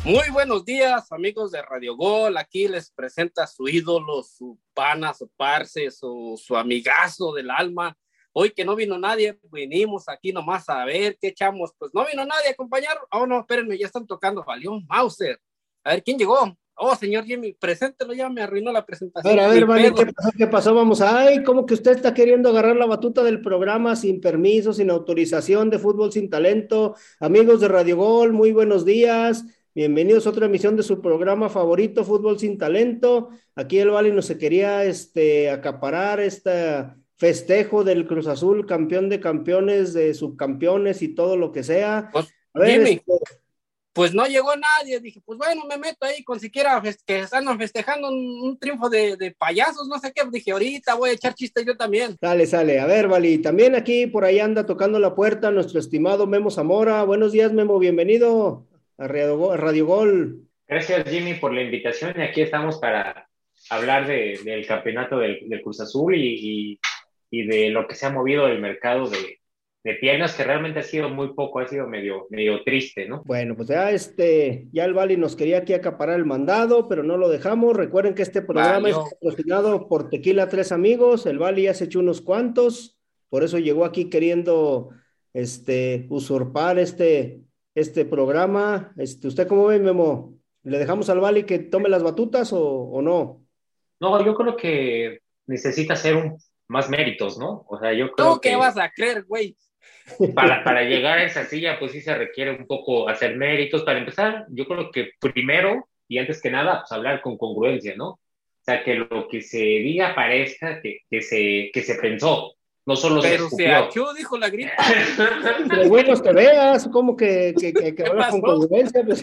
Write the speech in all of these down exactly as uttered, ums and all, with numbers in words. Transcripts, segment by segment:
Muy buenos días, amigos de Radio Gol. Aquí les presenta su ídolo, su pana, su parce, su, su amigazo del alma. Hoy que no vino nadie, venimos aquí nomás a ver qué echamos. Pues no vino nadie a acompañar. Oh, no, espérenme, ya están tocando. Valió Mauser. A ver, ¿quién llegó? Oh, señor Jimmy, preséntelo, ya me arruinó la A presentación. ver, a ver, Ni vale, pedo. ¿qué pasó? ¿Qué pasó? Vamos, ay, ¿cómo que usted está queriendo agarrar la batuta del programa sin permiso, sin autorización de Fútbol Sin Talento? Amigos de Radio Gol, muy buenos días. Bienvenidos a otra emisión de su programa favorito, Fútbol Sin Talento. Aquí el Vale no se quería este, acaparar este festejo del Cruz Azul, campeón de campeones, de subcampeones y todo lo que sea. Pues, A ver, Jimmy, este, pues no llegó nadie. Dije, pues bueno, me meto ahí con siquiera fest- que están festejando un, un triunfo de, de payasos, no sé qué. Dije, ahorita voy a echar chistes yo también. Sale, sale. A ver, Vali, también aquí por ahí anda tocando la puerta nuestro estimado Memo Zamora. Buenos días, Memo, bienvenido a Radio Gol. A Radio Gol. Gracias, Jimmy, por la invitación. Y aquí estamos para hablar de, del campeonato del, del Cruz Azul y, y, y de lo que se ha movido el mercado de, de piernas, que realmente ha sido muy poco, ha sido medio, medio triste, ¿no? Bueno, pues ya este, ya el Vali nos quería aquí acaparar el mandado, pero no lo dejamos. Recuerden que este programa es Valió. patrocinado por Tequila Tres Amigos. El Vali ya se echó unos cuantos, por eso llegó aquí queriendo este, usurpar este, este programa. Este, ¿usted cómo ve, Memo? ¿Le dejamos al Vali que tome las batutas o, o no? No, yo creo que necesita hacer un, más méritos, ¿no? O sea, yo ¿Tú creo qué que vas a creer, güey? para, para llegar a esa silla, pues sí se requiere un poco hacer méritos. Para empezar, yo creo que primero y antes que nada, pues hablar con congruencia, ¿no? O sea, que lo que se diga parezca que, que, se, que se pensó, no solo se Pero se escupió. achó, dijo la gripa. Entre huevos te veas, como que, que, que, que ¿Qué hablas con pasó? congruencia, pues.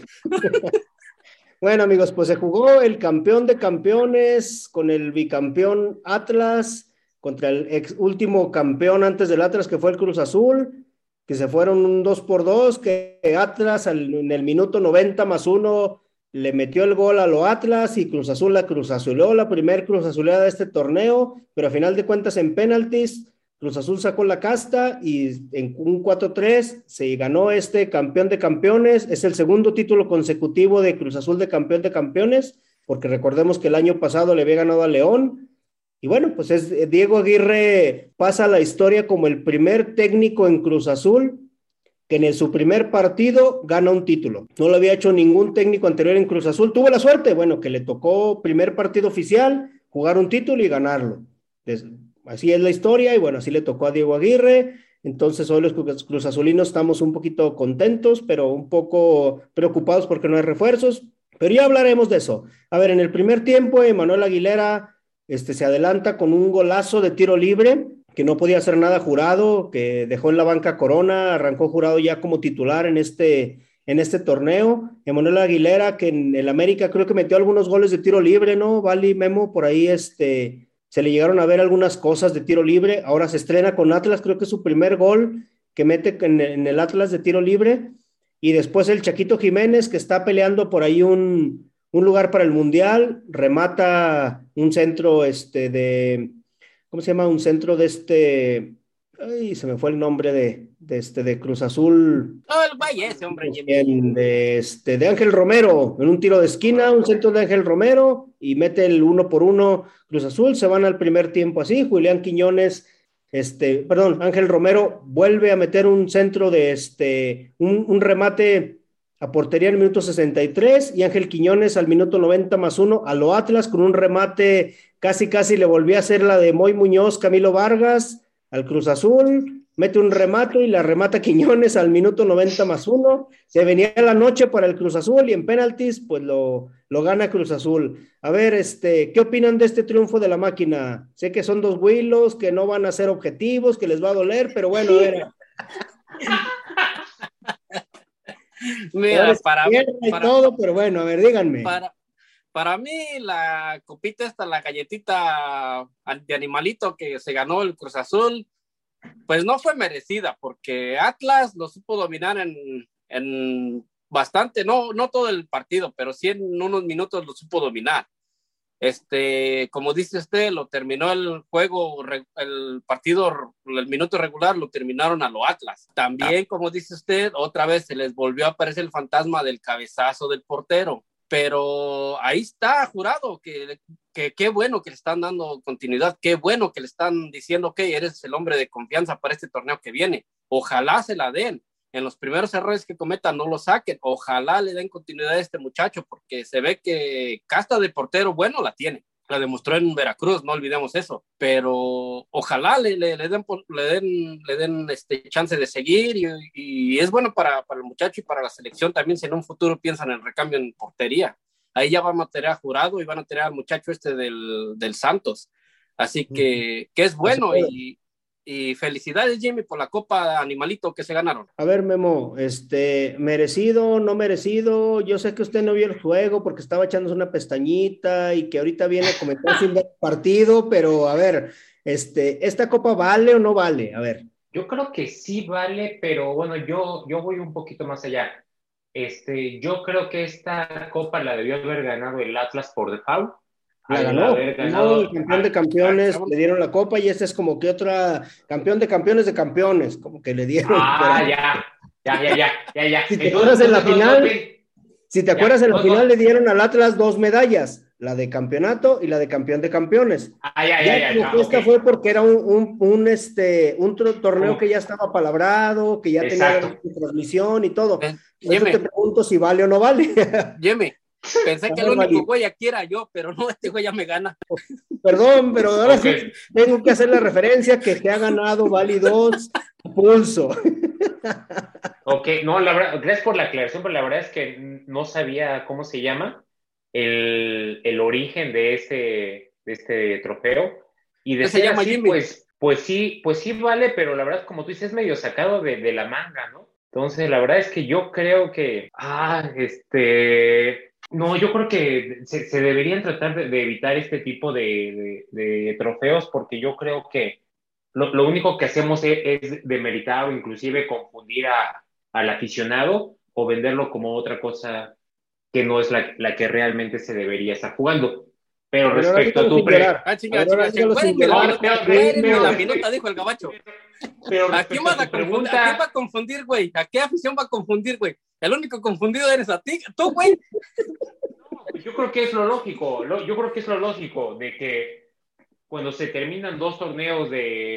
Bueno, amigos, pues se jugó el campeón de campeones con el bicampeón Atlas contra el ex último campeón antes del Atlas, que fue el Cruz Azul, que se fueron un dos por dos, que Atlas al, en el minuto noventa más uno le metió el gol a lo Atlas y Cruz Azul la Cruz Azuló, la primer Cruz Azuleada de este torneo, pero a final de cuentas en penaltis Cruz Azul sacó la casta y en un cuatro tres se ganó este campeón de campeones. Es el segundo título consecutivo de Cruz Azul de campeón de campeones, porque recordemos que el año pasado le había ganado a León. Y bueno, pues es, Diego Aguirre pasa a la historia como el primer técnico en Cruz Azul que en su primer partido gana un título. No lo había hecho ningún técnico anterior en Cruz Azul. Tuvo la suerte, bueno, que le tocó primer partido oficial, jugar un título y ganarlo. Así es la historia y bueno, así le tocó a Diego Aguirre. Entonces hoy los Cruz Azulinos estamos un poquito contentos, pero un poco preocupados porque no hay refuerzos, pero ya hablaremos de eso. A ver, en el primer tiempo, Emanuel Aguilera este, se adelanta con un golazo de tiro libre, que no podía hacer nada Jurado, que dejó en la banca Corona, arrancó Jurado ya como titular en este, en este torneo. Emanuel Aguilera, que en el América creo que metió algunos goles de tiro libre, ¿no? Vali, Memo, por ahí este se le llegaron a ver algunas cosas de tiro libre, ahora se estrena con Atlas, creo que es su primer gol que mete en, en el Atlas de tiro libre, y después el Chaquito Jiménez, que está peleando por ahí un, un lugar para el Mundial, remata un centro este de, ¿cómo se llama? Un centro de este, ay, se me fue el nombre de, de este, de Cruz Azul, No, el vaya ese hombre, Jimmy. en, de, este, de Ángel Romero, en un tiro de esquina, un centro de Ángel Romero, y mete el uno por uno Cruz Azul, se van al primer tiempo así, Julián Quiñones, este, perdón, Ángel Romero vuelve a meter un centro de este, un, un remate a portería en el minuto sesenta y tres, y Ángel Quiñones al minuto noventa más uno a lo Atlas con un remate, casi casi le volvió a hacer la de Moy Muñoz, Camilo Vargas, al Cruz Azul, mete un remate y la remata Quiñones al minuto noventa más uno, se venía la noche para el Cruz Azul y en penaltis pues lo, lo gana Cruz Azul. A ver, este, ¿qué opinan de este triunfo de la máquina? Sé que son dos Willos, que no van a ser objetivos, que les va a doler, pero bueno, a ver. Mira, para, Y para, todo, pero bueno, a ver, díganme. para, para mí la copita esta, la galletita de animalito que se ganó el Cruz Azul, pues no fue merecida, porque Atlas lo supo dominar en, en bastante, no, no todo el partido, pero sí en unos minutos lo supo dominar. Este, como dice usted, lo terminó el juego, el partido, el minuto regular, lo terminaron a lo Atlas. También, como dice usted, otra vez se les volvió a aparecer el fantasma del cabezazo del portero. Pero ahí está, Jurado, que qué que bueno que le están dando continuidad, qué bueno que le están diciendo que okay, eres el hombre de confianza para este torneo que viene. Ojalá se la den. En los primeros errores que cometan no lo saquen. Ojalá le den continuidad a este muchacho, porque se ve que casta de portero bueno la tiene. La demostró en Veracruz, no olvidemos eso. Pero ojalá le, le, le den, le den, le den este chance de seguir y, y es bueno para, para el muchacho y para la selección también si en un futuro piensan en el recambio en portería. Ahí ya van a tener a Jurado y van a tener al muchacho este del, del Santos. Así que, que es bueno y... Y felicidades, Jimmy, por la Copa Animalito que se ganaron. A ver, Memo, este, merecido, no merecido. Yo sé que usted no vio el juego porque estaba echándose una pestañita y que ahorita viene a comentar sin ver el partido, pero a ver, este, ¿esta Copa vale o no vale? A ver. Yo creo que sí vale, pero bueno, yo, yo voy un poquito más allá. Este, yo creo que esta Copa la debió haber ganado el Atlas por default. La ganó, ganado, no, el campeón de campeones, le dieron la copa y este es como que otra, campeón de campeones de campeones, como que le dieron. Ah, ya, ya, ya, ya, ya, ya. Si te acuerdas en la final, si te acuerdas en la final le dieron al Atlas dos medallas, la de campeonato y la de campeón de campeones. Ah, ya, ya, ya. ya esta okay. Fue porque era un, un, un, este, un torneo ¿Cómo? Que ya estaba palabrado, que ya Exacto. Tenía transmisión y todo. Eh, Por eso te pregunto si vale o no vale. Jimmy. Pensé que el único güey aquí era yo, pero no, este güey ya me gana. Perdón, pero ahora okay. sí tengo que hacer la referencia que te ha ganado Vali dos pulso. Ok, no, la verdad, gracias por la aclaración, pero la verdad es que no sabía cómo se llama el, el origen de este, de este trofeo. Y de se llama así, Jimmy. Pues, pues sí, pues sí vale, pero la verdad, como tú dices, es medio sacado de, de la manga, ¿no? Entonces, la verdad es que yo creo que, ah, este... No, yo creo que se, se deberían tratar de, de evitar este tipo de, de, de trofeos porque yo creo que lo, lo único que hacemos es, es demeritar o inclusive confundir a, al aficionado o venderlo como otra cosa que no es la, la que realmente se debería estar jugando. Pero, pero respecto a tu pre... Ah, chinga, chinga, chinga. La minuta dijo el gabacho. Pero ¿A quién va a pregunta... ¿A quién va a confundir, güey? ¿A qué afición va a confundir, güey? El único confundido eres a ti, tú, güey. No, yo creo que es lo lógico. Lo, yo creo que es lo lógico de que cuando se terminan dos torneos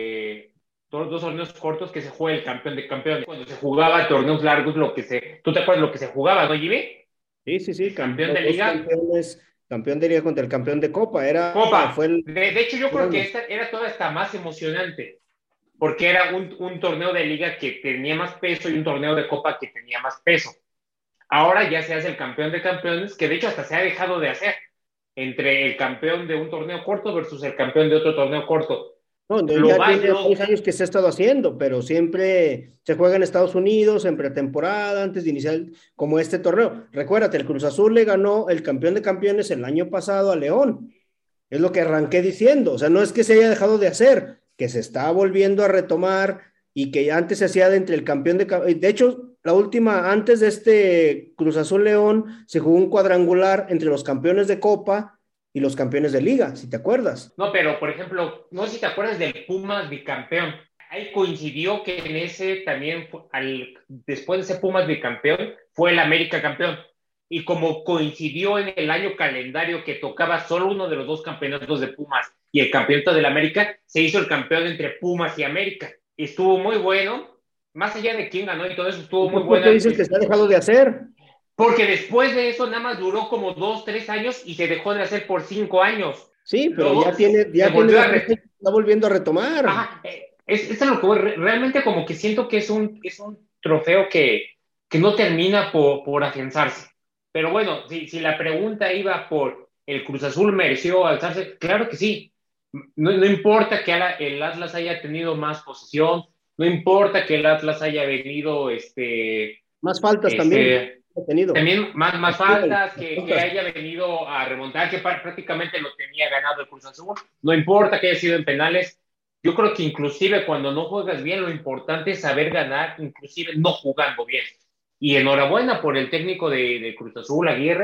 de dos, dos torneos cortos que se juega el campeón de campeones. Cuando se jugaba torneos largos, lo que se, ¿tú te acuerdas lo que se jugaba, no, Jimmy? Sí, sí, sí. El campeón de liga. Campeones, campeón de liga contra el campeón de copa. Era, Copa. Fue el... de, de hecho, yo creo que esta era toda hasta más emocionante. Porque era un, un torneo de liga que tenía más peso y un torneo de copa que tenía más peso. Ahora ya se hace el campeón de campeones, que de hecho hasta se ha dejado de hacer, entre el campeón de un torneo corto versus el campeón de otro torneo corto. No, Lo ya tiene varios años que se ha estado haciendo, pero siempre se juega en Estados Unidos, en pretemporada, antes de iniciar como este torneo. Recuérdate, el Cruz Azul le ganó el campeón de campeones el año pasado a León. Es lo que arranqué diciendo. O sea, no es que se haya dejado de hacer, que se está volviendo a retomar y que antes se hacía de entre el campeón de... De hecho, la última, antes de este Cruz Azul León, se jugó un cuadrangular entre los campeones de Copa y los campeones de Liga, si te acuerdas. No, pero, por ejemplo, no sé si te acuerdas del Pumas bicampeón. Ahí coincidió que en ese también, al, después de ese Pumas bicampeón, fue el América campeón. Y como coincidió en el año calendario que tocaba solo uno de los dos campeonatos de Pumas y el campeonato del América, se hizo el campeón entre Pumas y América. Y estuvo muy bueno, más allá de quién ganó y todo eso, estuvo muy bueno. ¿Por qué dices que se ha dejado de hacer? Porque después de eso nada más duró como dos, tres años y se dejó de hacer por cinco años. Sí, pero Luego, ya tiene, ya tiene la re... está volviendo a retomar. Ajá, es, es lo que voy, realmente como que siento que es un, es un trofeo que, que no termina por, por afianzarse. Pero bueno, si, si la pregunta iba por el Cruz Azul mereció alzarse, claro que sí. No, no importa que el Atlas haya tenido más posesión, no importa que el Atlas haya venido este más faltas este, también tenido. también más, más faltas, que, que haya venido a remontar, que prácticamente lo tenía ganado el Cruz Azul, no importa que haya sido en penales. Yo creo que inclusive cuando no juegas bien, lo importante es saber ganar, inclusive no jugando bien. Y enhorabuena por el técnico de, de Cruz Azul, Aguirre,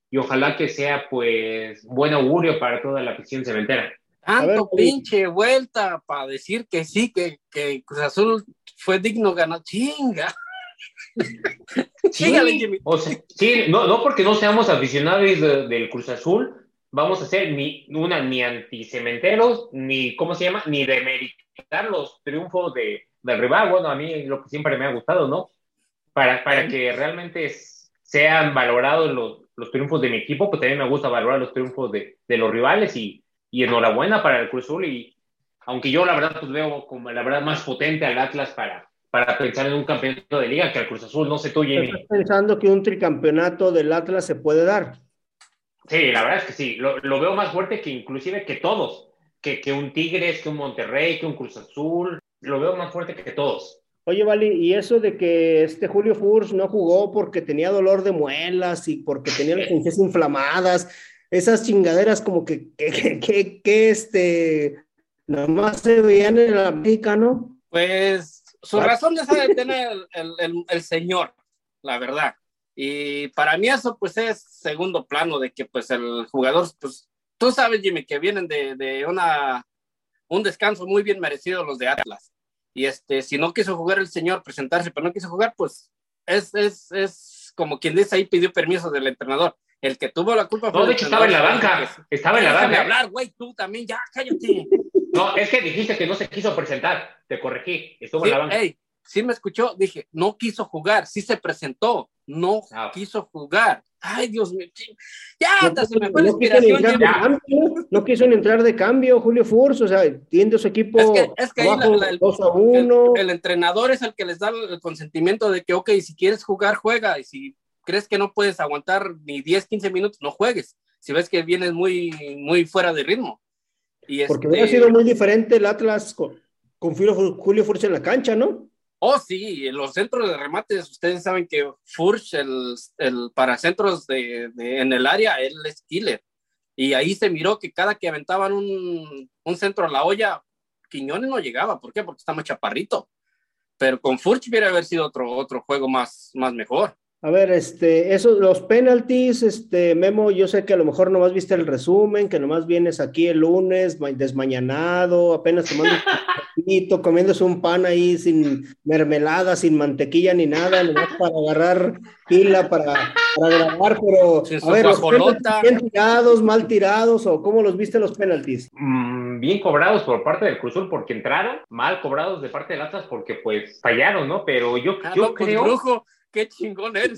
y ojalá que sea pues buen augurio para toda la afición cementera. Tanto pinche vuelta para decir que sí, que, que Cruz Azul fue digno ganar. Chinga. Sí, o sea, sí, no, no porque no seamos aficionados de, del Cruz Azul, vamos a ser ni una ni anticementeros, ni, ¿cómo se llama? Ni demeritar los triunfos de, del rival. Bueno, a mí lo que siempre me ha gustado, ¿no? Para, para que realmente sean valorados los, los triunfos de mi equipo, pues también me gusta valorar los triunfos de, de los rivales y Y enhorabuena para el Cruz Azul, y aunque yo la verdad pues veo como la verdad más potente al Atlas para, para pensar en un campeonato de liga que al Cruz Azul, no sé tú, Jimmy. ¿Estás pensando que un tricampeonato del Atlas se puede dar? Sí, la verdad es que sí, lo, lo veo más fuerte que inclusive que todos, que, que un Tigres, que un Monterrey, que un Cruz Azul, lo veo más fuerte que todos. Oye, Vali, y eso de que este Julio Furch no jugó porque tenía dolor de muelas y porque tenía las encías inflamadas, esas chingaderas como que, que, que, que este, nomás se veían en el América, ¿no? Pues su razón de ser tener el, el, el, el señor, la verdad. Y para mí eso pues es segundo plano de que pues el jugador, pues tú sabes, Jimmy, que vienen de, de una, un descanso muy bien merecido los de Atlas. Y este, si no quiso jugar el señor, presentarse, pero no quiso jugar, pues es, es, es como quien dice ahí, pidió permiso del entrenador. El que tuvo la culpa fue no, de hecho estaba en la banca, que... estaba en la banca. hablar, güey, tú también, ya, cállate. No, es que dijiste que no se quiso presentar, te corregí, estuvo sí, en la banca. Hey, sí me escuchó, dije, no quiso jugar, sí se presentó, no ah. quiso jugar. Ay, Dios mío, ya, no, se me fue la no inspiración. Quiso cambio, no quiso ni entrar de cambio, Julio Furch, o sea, tiende su equipo es que, es que abajo, ahí la, la, el, dos a uno. El, el entrenador es el que les da el consentimiento de que, ok, si quieres jugar, juega, y si crees que no puedes aguantar ni diez, quince minutos, no juegues, si ves que vienes muy, muy fuera de ritmo. Y Porque este... hubiera sido muy diferente el Atlas con, con Julio Furch en la cancha, ¿no? Oh, sí, en los centros de remates, ustedes saben que Furch, el, el para centros de, de, en el área, él es killer. Y ahí se miró que cada que aventaban un, un centro a la olla, Quiñones no llegaba. ¿Por qué? Porque está más chaparrito. Pero con Furch hubiera haber sido otro, otro juego más, más mejor. A ver, este, esos, los penalties, este, Memo, yo sé que a lo mejor nomás viste el resumen, que nomás vienes aquí el lunes, desmañanado, apenas tomando un poquito, comiéndose un pan ahí sin mermelada, sin mantequilla ni nada, nomás para agarrar pila, para, para grabar, pero sin a ver, los penalties, bien tirados, mal tirados, o ¿cómo los viste los penalties? Mm, bien cobrados por parte del Cruz Azul porque entraron, mal cobrados de parte del Atlas porque pues fallaron, ¿no? Pero yo, ah, yo no, creo... Pues, brujo. Qué chingón eres.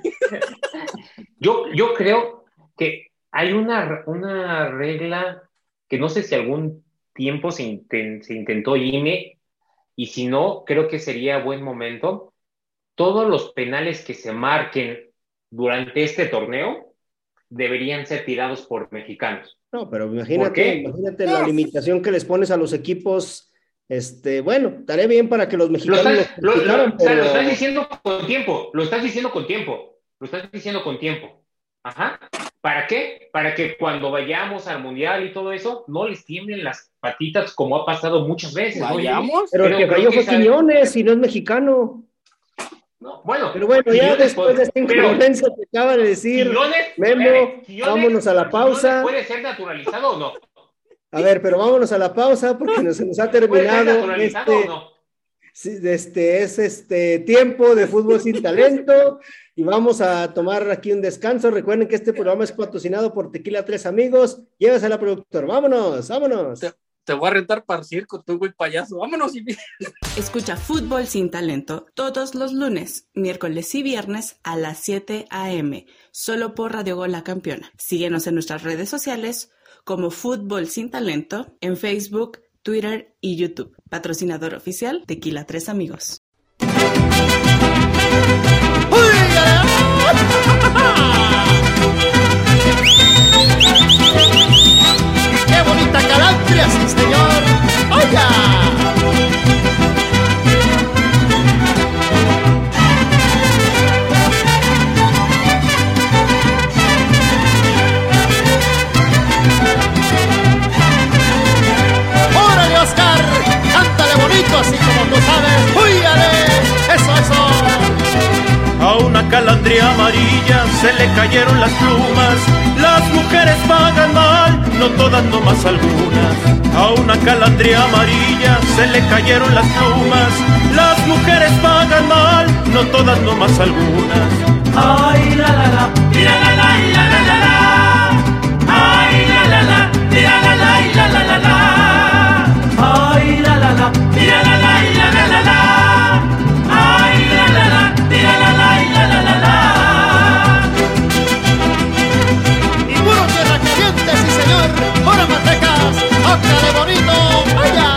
yo, yo creo que hay una, una regla que no sé si algún tiempo se, intent, se intentó, Jimmy, y si no, creo que sería buen momento. Todos los penales que se marquen durante este torneo deberían ser tirados por mexicanos. No, pero imagínate, imagínate no. la limitación que les pones a los equipos. Este, bueno, estaré bien para que los mexicanos lo estás, lo, lo, lo, pero... lo estás diciendo con tiempo, lo estás diciendo con tiempo, lo estás diciendo con tiempo. Ajá. ¿Para qué? Para que cuando vayamos al mundial y todo eso, no les tiemblen las patitas como ha pasado muchas veces. ¿Vayamos? ¿No? Pero el que falló fue Quiñones y no es mexicano. No, bueno, pero bueno, ya después de esta incongruencia que acaba de decir Quiñones, Memo, eh, Quiñones, vámonos a la pausa. ¿Puede ser naturalizado o no? A ver, pero vámonos a la pausa porque nos, se nos ha terminado este, no? este, es este tiempo de fútbol sin talento y vamos a tomar aquí un descanso. Recuerden que este programa es patrocinado por Tequila Tres Amigos. Llévasela, productor. Vámonos, vámonos. Te, te voy a rentar para el circo, tú, güey, payaso. Vámonos. Y... Escucha Fútbol sin Talento todos los lunes, miércoles y viernes a las siete a.m. solo por Radio Gol La Campeona. Síguenos en nuestras redes sociales como Fútbol Sin Talento en Facebook, Twitter y YouTube. Patrocinador oficial, Tequila Tres Amigos. ¡Qué bonita calandria, sí señor! ¡Oiga! Así como tú sabes, ¡húyale! ¡Eso, eso! A una calandria amarilla se le cayeron las plumas. Las mujeres pagan mal, no todas, nomás algunas. A una calandria amarilla se le cayeron las plumas. Las mujeres pagan mal, no todas, nomás algunas. Ay, la la la, la la la, la la la la. Ay, la la la, la la la, la la la la. Ay, la la la, la la la, la la la la. Ay, la la la, la la la, la la la la. Y puro tierra caliente, sí señor. Puro Matecas, ócale bonito, vaya.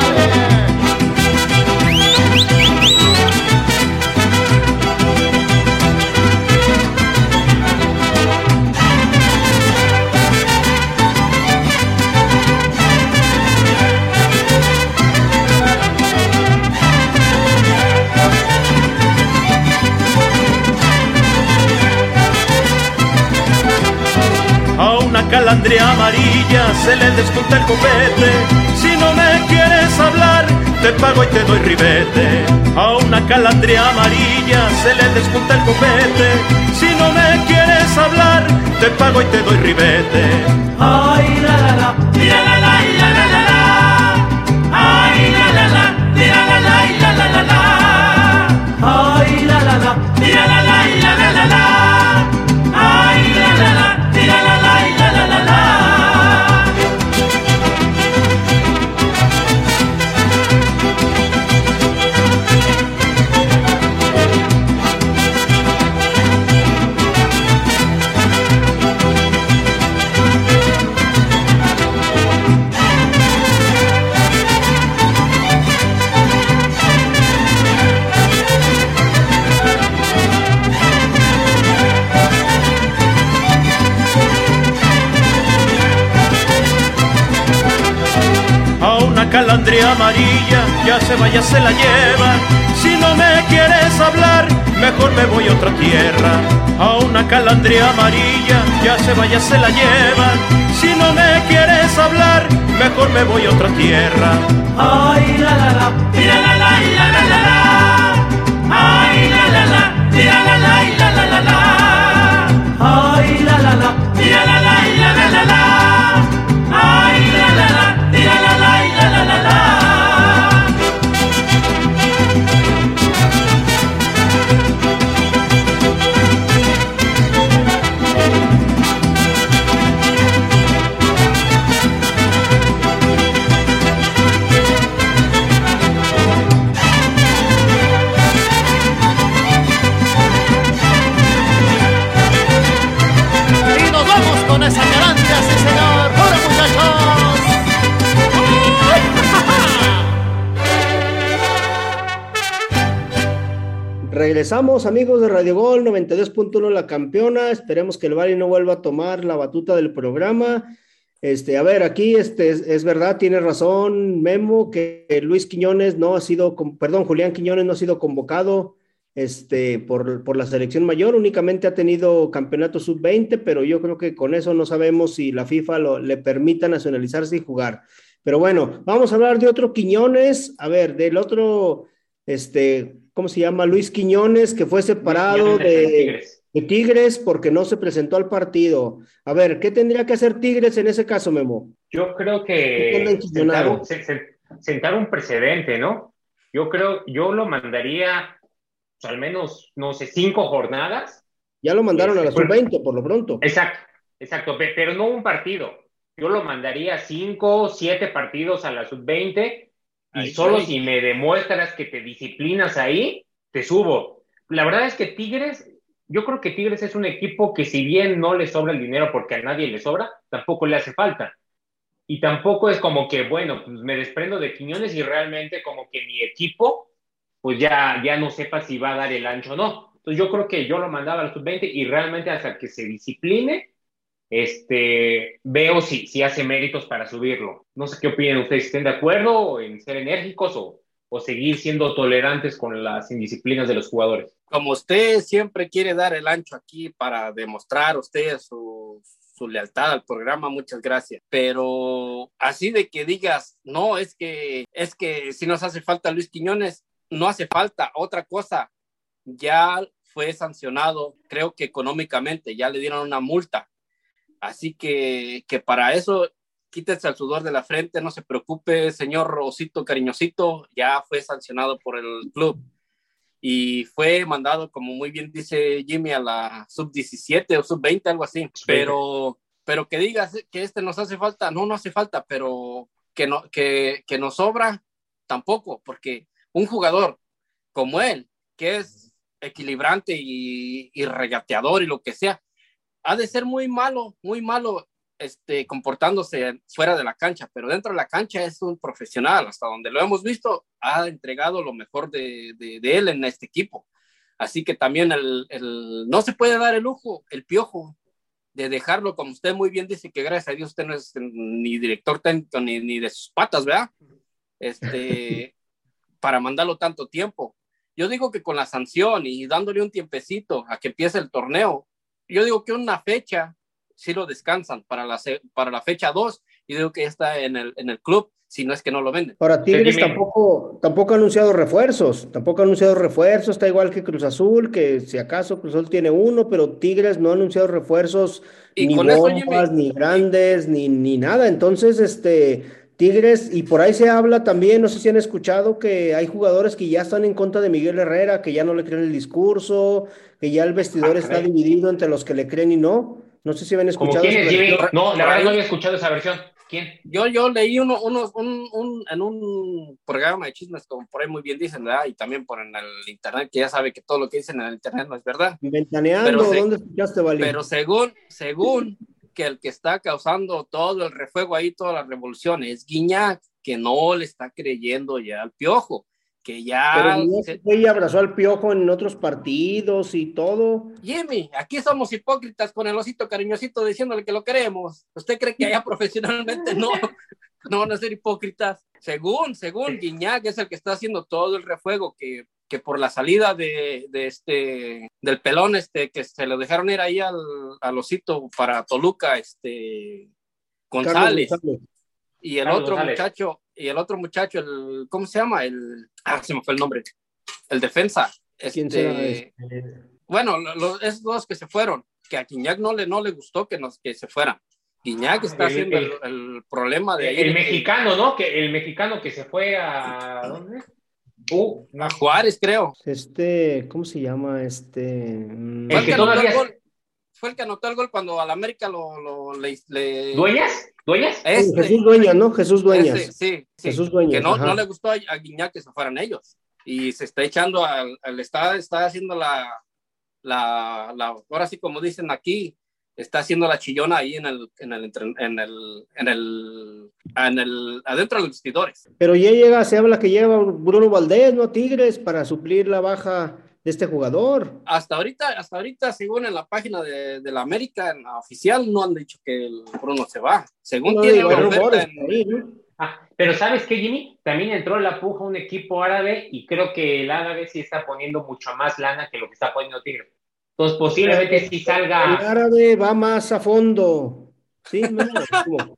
Calandria amarilla se le despunta el copete. Si no me quieres hablar, te pago y te doy ribete. A una calandria amarilla se le despunta el copete. Si no me quieres hablar, te pago y te doy ribete. Ay, la la la, la la la, la la la la. Ay, la la la, la la la, la la la la. Ay, la la la, la la la, la la la la. Ay, la la la, la la la, la la la la. Calandria amarilla, ya se vaya, se la lleva. Si no me quieres hablar, mejor me voy a otra tierra. A una calandria amarilla, ya se vaya, se la lleva. Si no me quieres hablar, mejor me voy a otra tierra. Ay, la la la, la la la, la la la la. Ay, la la la, la la la, la la la la. Ay, la la la, la la la, la la la la. Ay, la la la, la la la, la la la la. Y nos vamos con esa calandria, sí señor. ¡Puro muchachos! ¡Ay, ja, ja! Regresamos, amigos de Radio Gol noventa y dos punto uno, La Campeona. Esperemos que el Bali no vuelva a tomar la batuta del programa. Este, a ver, aquí este, es, es verdad, tiene razón Memo, que Luis Quiñones no ha sido, perdón, Julián Quiñones no ha sido convocado este, por, por la selección mayor, únicamente ha tenido campeonato sub veinte, pero yo creo que con eso no sabemos si la FIFA lo, le permita nacionalizarse y jugar. Pero bueno, vamos a hablar de otro Quiñones, a ver, del otro, este, ¿cómo se llama? Luis Quiñones, que fue separado de, de Tigres porque no se presentó al partido. A ver, ¿qué tendría que hacer Tigres en ese caso, Memo? Yo creo que sentar un, sentar un precedente, ¿no? Yo creo, yo lo mandaría pues, al menos, no sé, cinco jornadas. Ya lo mandaron este, a la sub veinte, por lo pronto. Exacto, exacto, pero no un partido. Yo lo mandaría cinco, siete partidos a la sub veinte y ahí solo sí. Si me demuestras que te disciplinas ahí, te subo. La verdad es que Tigres, yo creo que Tigres es un equipo que si bien no le sobra el dinero porque a nadie le sobra, tampoco le hace falta. Y tampoco es como que, bueno, pues me desprendo de Quiñones y realmente como que mi equipo, pues ya, ya no sepa si va a dar el ancho o no. Entonces yo creo que yo lo mandaba a la sub veinte y realmente hasta que se discipline, este, veo si, si hace méritos para subirlo. No sé qué opinan ustedes, si estén de acuerdo en ser enérgicos o, o seguir siendo tolerantes con las indisciplinas de los jugadores. Como usted siempre quiere dar el ancho aquí para demostrar usted su, su lealtad al programa, muchas gracias. Pero así de que digas, no, es que, es que si nos hace falta Luis Quiñones, no hace falta. Otra cosa, ya fue sancionado, creo que económicamente, ya le dieron una multa. Así que, que para eso, quítese el sudor de la frente, no se preocupe, señor Osito cariñosito, ya fue sancionado por el club. Y fue mandado, como muy bien dice Jimmy, a la sub diecisiete o sub veinte, algo así. Pero, pero que digas que este nos hace falta, no, no hace falta, pero que, no, que, que nos sobra, tampoco, porque un jugador como él, que es equilibrante y, y regateador y lo que sea, ha de ser muy malo, muy malo este, comportándose fuera de la cancha, pero dentro de la cancha es un profesional, hasta donde lo hemos visto, ha entregado lo mejor de, de, de él en este equipo. Así que también el, el, no se puede dar el lujo, el Piojo, de dejarlo, como usted muy bien dice, que gracias a Dios usted no es ni director técnico ni, ni de sus patas, ¿verdad? Este, para mandarlo tanto tiempo. Yo digo que con la sanción y dándole un tiempecito a que empiece el torneo, yo digo que una fecha sí lo descansan para la, para la fecha dos, y digo que ya está en el, en el club, si no es que no lo venden. Ahora, Tigres tampoco, tampoco ha anunciado refuerzos, tampoco ha anunciado refuerzos, está igual que Cruz Azul, que si acaso Cruz Azul tiene uno, pero Tigres no ha anunciado refuerzos, y ni con bombas, eso, Jimmy, ni grandes, ni, ni nada. Entonces, este, Tigres, y por ahí se habla también, no sé si han escuchado, que hay jugadores que ya están en contra de Miguel Herrera, que ya no le creen el discurso, que ya el vestidor ah, está dividido entre los que le creen y no. No sé si habían escuchado. ¿Cómo quién es, Jimmy? No, la verdad ahí, no había escuchado esa versión. ¿Quién? Yo, yo leí uno, uno, un, un, en un programa de chismes, como por ahí muy bien dicen, ¿verdad? Y también por en el internet, que ya sabe que todo lo que dicen en el internet no es verdad. Ventaneando, pero se, ¿dónde escuchaste, Vali? Pero según, según que el que está causando todo el refuego ahí, toda la revolución, es Guiñac, que no le está creyendo ya al Piojo, que ya... Pero se... ella abrazó al Piojo en otros partidos y todo. Jimmy, aquí somos hipócritas con el Osito cariñosito diciéndole que lo queremos. ¿Usted cree que allá profesionalmente no, no van a ser hipócritas? Según, según Guiñac, es el que está haciendo todo el refuego, que, que por la salida de, de este, del pelón, este, que se lo dejaron ir ahí al, al Osito para Toluca, este, González. González. Y el Carlos otro González. muchacho, y el otro muchacho, el, ¿cómo se llama? El, ah, se me fue el nombre. El defensa. ¿Quién este, será este? Bueno, los, esos dos que se fueron, que a Guiñac no le, no le gustó que, nos, que se fueran. Guiñac está el, haciendo el, el problema de ahí. El de mexicano, que, ¿no? Que el mexicano que se fue a... ¿Dónde? Uh, a Juárez, creo. Este, ¿cómo se llama? Este... El, el que, que todavía... Gol, fue el que anotó el gol cuando al América lo... lo le, le... ¿Dueñas? ¿Dueñas? Este, Jesús Dueñas, ¿no? Jesús Dueñas. Ese, sí, sí. Jesús Dueñas. Que no, no le gustó a, a Guiñac que se fueran ellos. Y se está echando al... al está, está haciendo la, la, la... Ahora sí, como dicen aquí, está haciendo la chillona ahí en el... En el, en el, en el, en el adentro de los vestidores. Pero ya llega, se habla que llega Bruno Valdés, ¿no? Tigres, para suplir la baja de este jugador. Hasta ahorita, hasta ahorita, según en la página de, de la América, en la oficial, no han dicho que el Bruno se va. Según no, tiene una oferta en... ahí, ¿no? Ah, pero ¿sabes qué, Jimmy? También entró en la puja un equipo árabe y creo que el árabe sí está poniendo mucho más lana que lo que está poniendo Tigre. Entonces posiblemente sí salga... El árabe va más a fondo. Sí, no, ¿cómo?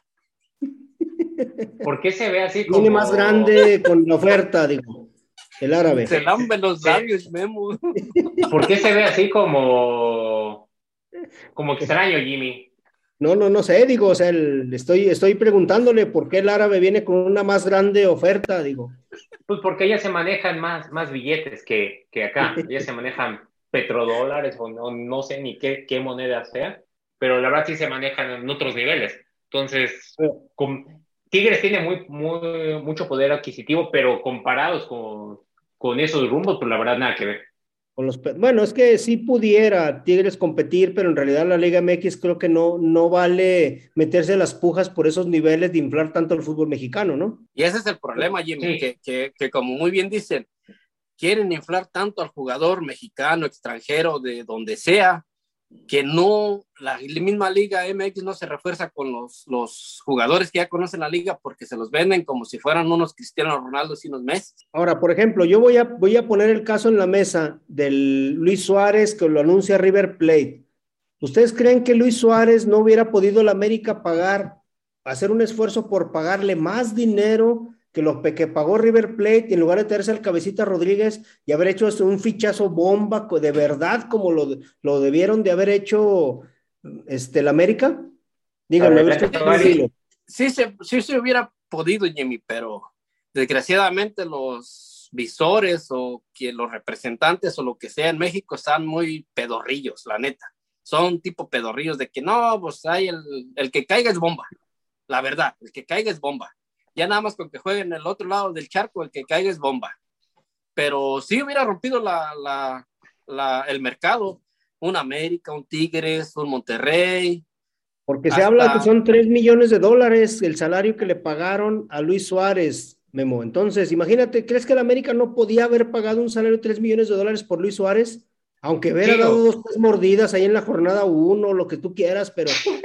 ¿Por qué se ve así como...? Tiene más grande con la oferta, digo. El árabe. Se lambe los labios, Memo. ¿Por qué se ve así como... como extraño, Jimmy? No, no, no sé, digo, o sea, el, estoy, estoy preguntándole por qué el árabe viene con una más grande oferta, digo. Pues porque ya se manejan más, más billetes que, que acá, ya se manejan petrodólares o no, no sé ni qué, qué moneda sea, pero la verdad sí se manejan en otros niveles. Entonces, con, Tigres tiene muy, muy, mucho poder adquisitivo, pero comparados con, con esos rumbos, pues la verdad nada que ver. Con los, bueno, es que sí pudiera Tigres competir, pero en realidad la Liga M X creo que no, no vale meterse las pujas por esos niveles de inflar tanto el fútbol mexicano, ¿no? Y ese es el problema, Jimmy, sí. que, que, que como muy bien dicen, quieren inflar tanto al jugador mexicano, extranjero, de donde sea, que no, la misma Liga M X no se refuerza con los, los jugadores que ya conocen la liga porque se los venden como si fueran unos Cristiano Ronaldo y unos Messi. Ahora, por ejemplo, yo voy a, voy a poner el caso en la mesa del Luis Suárez que lo anuncia River Plate. ¿Ustedes creen que Luis Suárez no hubiera podido la América pagar, hacer un esfuerzo por pagarle más dinero que lo que pagó River Plate, en lugar de traerse al Cabecita Rodríguez y haber hecho un fichazo bomba de verdad, como lo, lo debieron de haber hecho este, el América? Díganme, a ver, sí, sí, se, sí se hubiera podido, Jimmy, pero desgraciadamente los visores o que los representantes o lo que sea en México están muy pedorrillos, la neta. Son tipo pedorrillos de que no, pues hay el, el que caiga es bomba. La verdad, el que caiga es bomba. Ya nada más con que jueguen en el otro lado del charco, el que caiga es bomba. Pero sí hubiera rompido la, la, la, el mercado. Un América, un Tigres, un Monterrey. Porque se hasta... habla que son tres millones de dólares el salario que le pagaron a Luis Suárez, Memo. Entonces, imagínate, ¿crees que el América no podía haber pagado un salario de tres millones de dólares por Luis Suárez? Aunque hubiera sí, dado dos, tres mordidas ahí en la jornada uno, lo que tú quieras, pero... sí,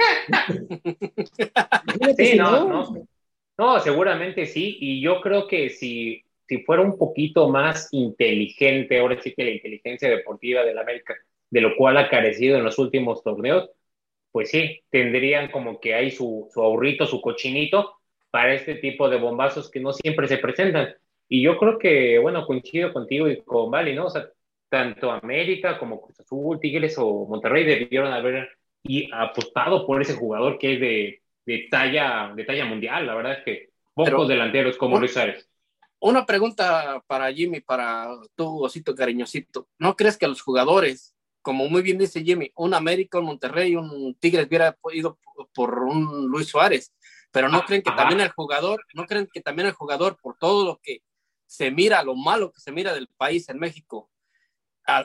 si no, no, no, no, seguramente sí, y yo creo que si, si fuera un poquito más inteligente, ahora sí que la inteligencia deportiva del América, de lo cual ha carecido en los últimos torneos, pues sí, tendrían como que hay su, su ahorrito, su cochinito, para este tipo de bombazos que no siempre se presentan. Y yo creo que, bueno, coincido contigo y con Vali, ¿no? O sea, tanto América como Cruz Azul, Tigres o Monterrey debieron haber y apostado por ese jugador que es de, de talla de talla mundial. La verdad es que pocos Pero, delanteros como un, Luis Suárez. Una pregunta para Jimmy, para tú, osito cariñosito. ¿No crees que los jugadores, como muy bien dice Jimmy, un América, un Monterrey, un Tigres hubiera ido por un Luis Suárez? Pero no creen que Ajá. también el jugador, no creen que también el jugador, por todo lo que se mira, lo malo que se mira del país en México, Al,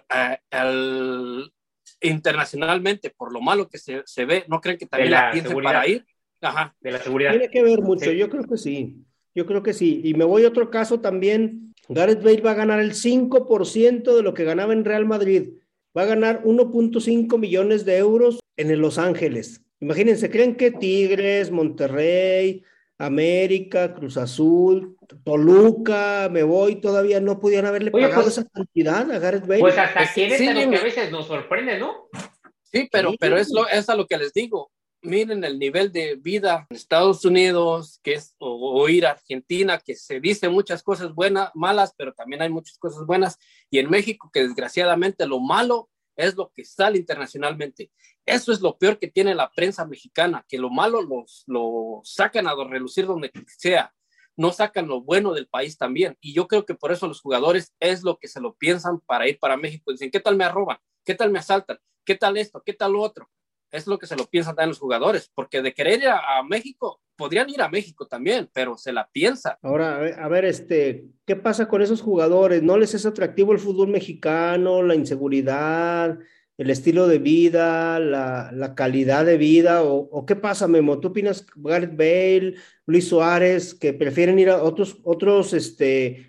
al, internacionalmente, por lo malo que se, se ve, ¿no creen que también la, la piensen seguridad. Para ir? Ajá. De la seguridad. Tiene que ver mucho, sí. Yo creo que sí, yo creo que sí. Y me voy a otro caso también, Gareth Bale va a ganar el cinco por ciento de lo que ganaba en Real Madrid, va a ganar uno punto cinco millones de euros en el Los Ángeles. Imagínense, ¿creen que Tigres, Monterrey, América, Cruz Azul, Toluca, me voy, todavía no pudieran haberle Oye, pagado pues, esa cantidad a Gareth Bale? Pues hasta quieres sí, lo que a veces nos sorprende, ¿no? Sí, pero, sí. pero es, lo, es a lo que les digo. Miren el nivel de vida en Estados Unidos, que es, o, o ir a Argentina, que se dice muchas cosas buenas, malas, pero también hay muchas cosas buenas, y en México, que desgraciadamente lo malo es lo que sale internacionalmente. Eso es lo peor que tiene la prensa mexicana, que lo malo los, lo sacan a relucir donde sea, no sacan lo bueno del país también, y yo creo que por eso los jugadores es lo que se lo piensan para ir para México. Dicen, ¿qué tal me arroban? ¿Qué tal me asaltan? ¿Qué tal esto? ¿Qué tal lo otro? Es lo que se lo piensan también los jugadores, porque de querer ir a, a México, podrían ir a México también, pero se la piensa. Ahora, a ver, a ver, este, ¿qué pasa con esos jugadores? ¿No les es atractivo el fútbol mexicano, la inseguridad, el estilo de vida, la, la calidad de vida? ¿O, o qué pasa, Memo? ¿Tú opinas Gareth Bale, Luis Suárez, que prefieren ir a otros, otros, este,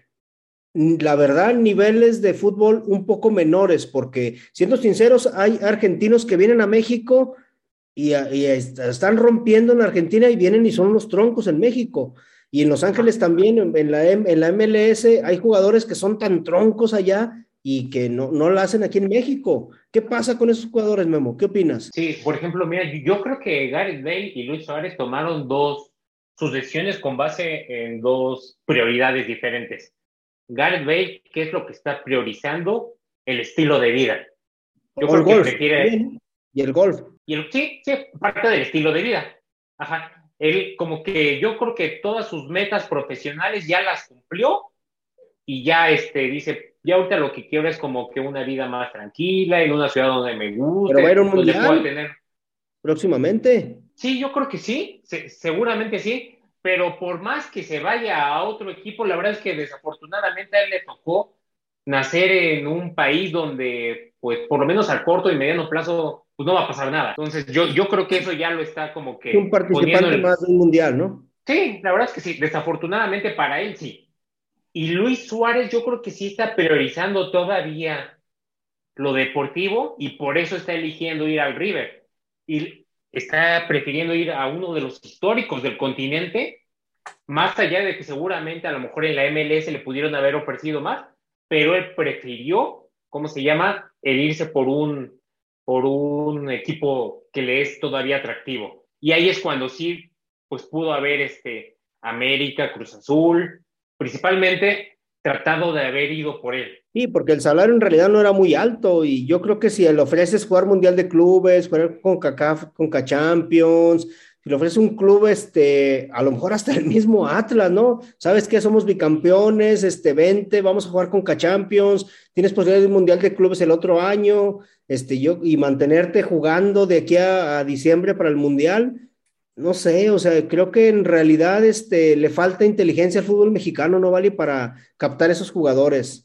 la verdad, niveles de fútbol un poco menores? Porque, siendo sinceros, hay argentinos que vienen a México y, y están rompiendo en Argentina y vienen y son unos troncos en México. Y en Los Ángeles también, en la, en la M L S, hay jugadores que son tan troncos allá y que no, no la hacen aquí en México. ¿Qué pasa con esos jugadores, Memo? ¿Qué opinas? Sí, por ejemplo, mira, yo creo que Gareth Bale y Luis Suárez tomaron dos, sus decisiones con base en dos prioridades diferentes. Gareth Bale, ¿qué es lo que está priorizando? El estilo de vida. Yo o creo el que golf, prefiere... bien. Y el golf. Y el, sí, sí, parte del estilo de vida. Ajá. Él, como que yo creo que todas sus metas profesionales ya las cumplió y ya este, dice, ya ahorita lo que quiero es como que una vida más tranquila, en una ciudad donde me guste. Pero va a ir a un donde mundial pueda tener... próximamente. Sí, yo creo que sí, se, seguramente sí, pero por más que se vaya a otro equipo, la verdad es que desafortunadamente a él le tocó nacer en un país donde, pues, por lo menos a corto y mediano plazo, pues no va a pasar nada. Entonces, yo, yo creo que eso ya lo está como que... Un participante el... más del mundial, ¿no? Sí, la verdad es que sí, desafortunadamente para él sí. Y Luis Suárez yo creo que sí está priorizando todavía lo deportivo y por eso está eligiendo ir al River. Y está prefiriendo ir a uno de los históricos del continente, más allá de que seguramente a lo mejor en la M L S le pudieron haber ofrecido más, pero él prefirió, ¿cómo se llama?, el irse por un, por un equipo que le es todavía atractivo. Y ahí es cuando sí, pues pudo haber este, América, Cruz Azul, principalmente tratado de haber ido por él. Sí, porque el salario en realidad no era muy alto y yo creo que si le ofreces jugar Mundial de Clubes, jugar con CONCACAF, CONCACHAMPIONS, si le ofreces un club, este, a lo mejor hasta el mismo Atlas, ¿no? ¿Sabes qué? Somos bicampeones, este, vente, vamos a jugar CONCACHAMPIONS, tienes posibilidad de un Mundial de Clubes el otro año, este, yo, y mantenerte jugando de aquí a, a diciembre para el Mundial, no sé, o sea, creo que en realidad este, le falta inteligencia al fútbol mexicano, ¿no, Vale? Para captar esos jugadores.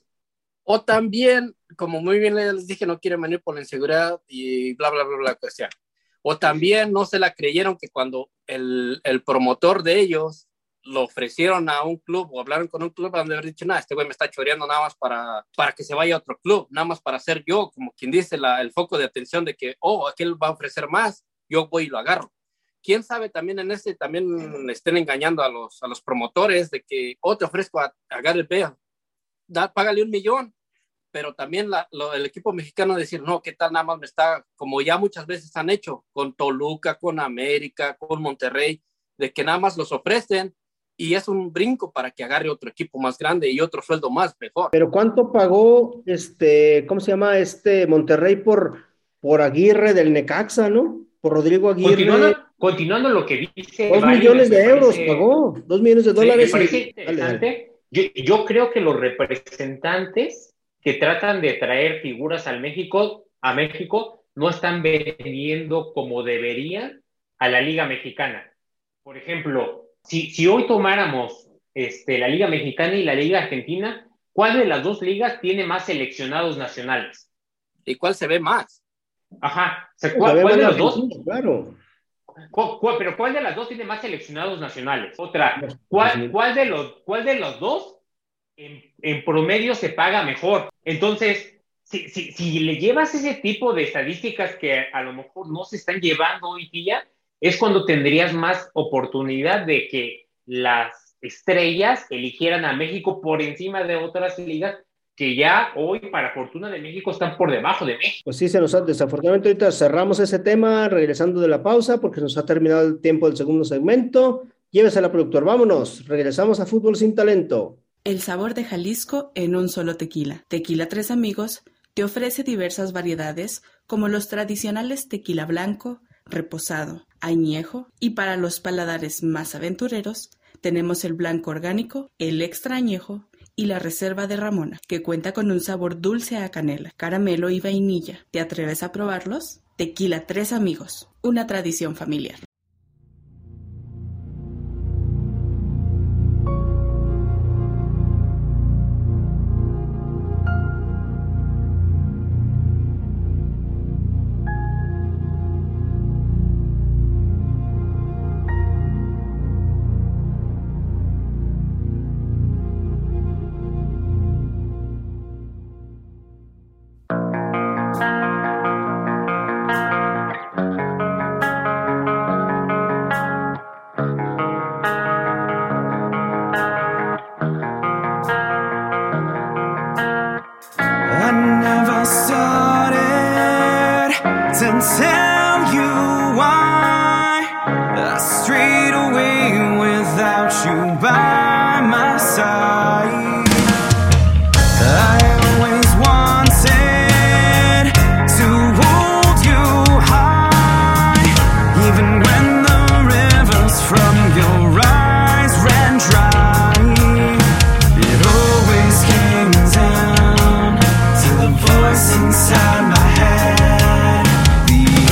O también, como muy bien les dije, no quieren venir por la inseguridad y bla, bla, bla, bla, que sea. O también no se la creyeron que cuando el, el promotor de ellos lo ofrecieron a un club o hablaron con un club, han de haber dicho, nada, este güey me está choreando nada más para, para que se vaya a otro club, nada más para ser yo, como quien dice, la, el foco de atención de que, oh, aquel va a ofrecer más, yo voy y lo agarro. Quién sabe, también en este, también estén engañando a los, a los promotores de que, oh, te ofrezco a, a Gareth Bale, da, págale un millón. Pero también la, lo, el equipo mexicano decir, no, ¿qué tal? Nada más me está, como ya muchas veces han hecho, con Toluca, con América, con Monterrey, de que nada más los ofrecen y es un brinco para que agarre otro equipo más grande y otro sueldo más mejor. Pero ¿cuánto pagó, este, cómo se llama, este Monterrey por, por Aguirre del Necaxa, ¿no? Por Rodrigo Aguirre. Continuando, continuando lo que dice... Dos Vale, millones de parece, euros pagó, dos millones de dólares. Sí, me parece y, interesante. dale, dale. Yo, yo creo que los representantes que tratan de traer figuras al México, a México, no están vendiendo como deberían a la Liga Mexicana. Por ejemplo, si, si hoy tomáramos este, la Liga Mexicana y la Liga Argentina, ¿cuál de las dos ligas tiene más seleccionados nacionales? ¿Y cuál se ve más? Ajá, o sea, ¿cuál, cuál de los dos? Claro. ¿Cuál, cuál, pero ¿cuál de las dos tiene más seleccionados nacionales? Otra, ¿cuál, cuál, de, los, cuál de los dos en, en promedio se paga mejor? Entonces, si, si, si le llevas ese tipo de estadísticas que a lo mejor no se están llevando hoy día, es cuando tendrías más oportunidad de que las estrellas eligieran a México por encima de otras ligas que ya hoy, para fortuna de México, están por debajo de México. Pues sí, se nos ha, desafortunadamente ahorita cerramos ese tema, regresando de la pausa, porque nos ha terminado el tiempo del segundo segmento. Llévesela, productor, vámonos, regresamos a Fútbol Sin Talento. El sabor de Jalisco en un solo tequila. Tequila Tres Amigos te ofrece diversas variedades como los tradicionales tequila blanco, reposado, añejo y para los paladares más aventureros tenemos el blanco orgánico, el extra añejo y la reserva de Ramona, que cuenta con un sabor dulce a canela, caramelo y vainilla. ¿Te atreves a probarlos? Tequila Tres Amigos, una tradición familiar.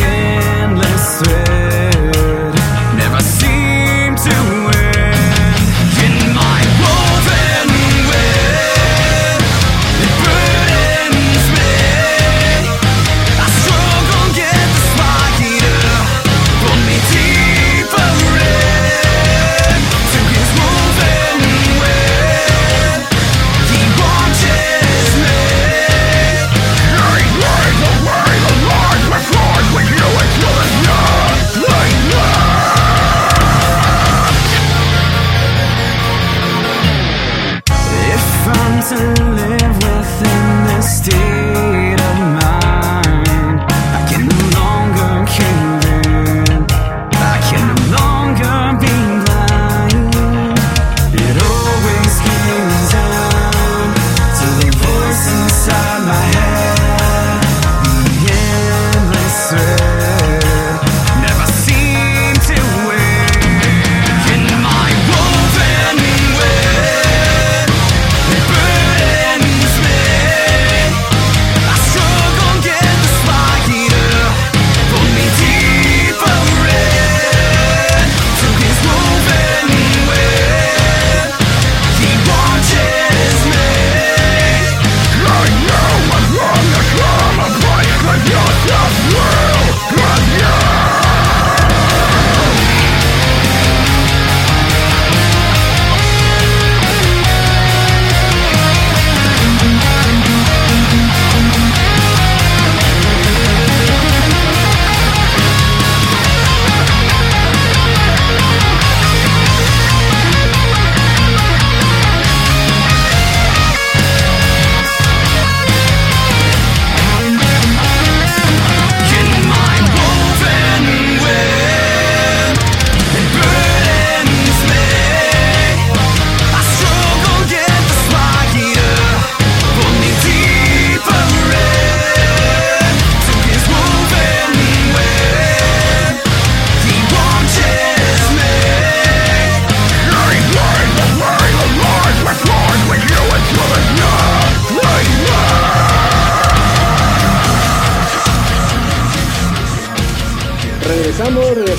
Never seem to win.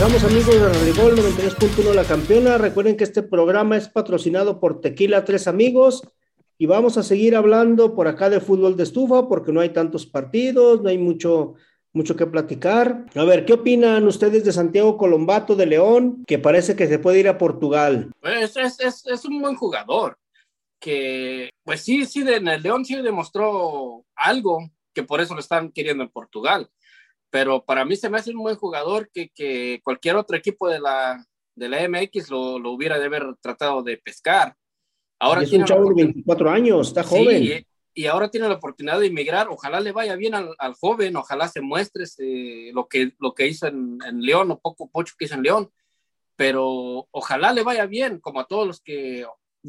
regresamos, amigos de Radio Gol noventa y tres punto uno La Campeona. Recuerden que este programa es patrocinado por Tequila Tres Amigos y vamos a seguir hablando por acá de fútbol de estufa porque no hay tantos partidos, no hay mucho, mucho que platicar. A ver, ¿qué opinan ustedes de Santiago Colombato de León, que parece que se puede ir a Portugal? Pues es, es, es un buen jugador, que pues sí, sí, en el León sí demostró algo, que por eso lo están queriendo en Portugal. Pero para mí se me hace un buen jugador que, que cualquier otro equipo de la, de la M X lo, lo hubiera de haber tratado de pescar. Ahora y es un chavo de veinticuatro años, está joven. Sí, y ahora tiene la oportunidad de emigrar. Ojalá le vaya bien al, al joven, ojalá se muestre eh, lo, que, lo que hizo en, en León, o poco pocho que hizo en León. Pero ojalá le vaya bien, como a todos los que,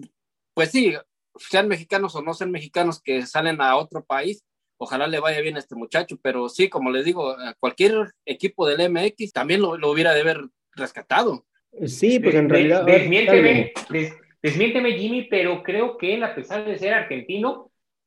pues sí, sean mexicanos o no sean mexicanos que salen a otro país. Ojalá le vaya bien a este muchacho, pero sí, como les digo, a cualquier equipo del M X también lo, lo hubiera de haber rescatado. Sí, pues en de, realidad... De, desmiénteme, des, desmiénteme, Jimmy, pero creo que él, a pesar de ser argentino,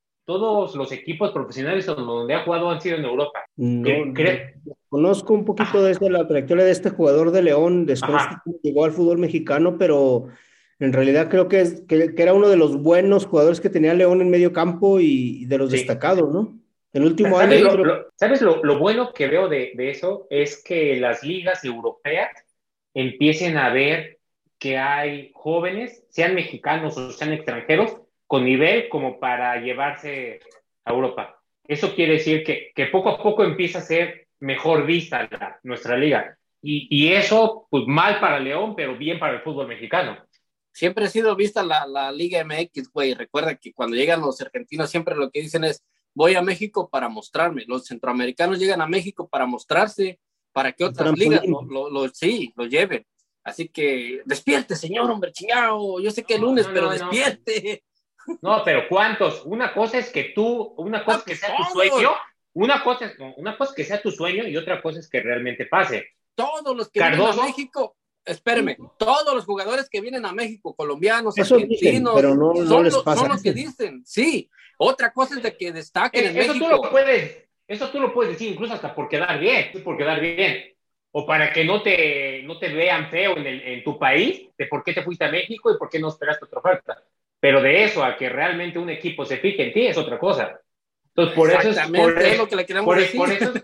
todos los equipos profesionales donde ha jugado han sido en Europa. No, ¿Cre- no, conozco un poquito ah. de la trayectoria de este jugador de León, después llegó al fútbol mexicano, pero en realidad creo que, es, que, que era uno de los buenos jugadores que tenía León en medio campo y, y de los sí. destacados, ¿no? El último ¿Sabes año... Lo, creo... lo, ¿Sabes lo, lo bueno que veo de, de eso? Es que las ligas europeas empiecen a ver que hay jóvenes, sean mexicanos o sean extranjeros, con nivel como para llevarse a Europa. Eso quiere decir que, que poco a poco empieza a ser mejor vista la, nuestra liga. Y, y eso, pues mal para León, pero bien para el fútbol mexicano. Siempre ha sido vista la, la Liga M X, güey. Recuerda que cuando llegan los argentinos siempre lo que dicen es: voy a México para mostrarme. Los centroamericanos llegan a México para mostrarse, para que otras ligas lo, lo, lo, sí, lo lleven. Así que despierte, señor, hombre, chingado. Yo sé que es no, lunes, no, pero no, despierte. No, pero ¿cuántos? Una cosa es que tú, una cosa es que sea tu sueño, una cosa es, una cosa es que sea tu sueño y otra cosa es que realmente pase. Todos los que Cardoso, vienen a México, espéreme, todos los jugadores que vienen a México, colombianos, eso argentinos, dicen, pero no, no son, les lo, pasa. son los que dicen, sí. Otra cosa es de que destaquen eh, en eso México. Tú lo puedes, eso tú lo puedes decir incluso hasta por quedar bien, por quedar bien. O para que no te, no te vean feo en, el, en tu país, de por qué te fuiste a México y por qué no esperaste otra oferta. Pero de eso a que realmente un equipo se fije en ti es otra cosa. Entonces, por eso es, por es lo que le queremos por, decir. Por eso,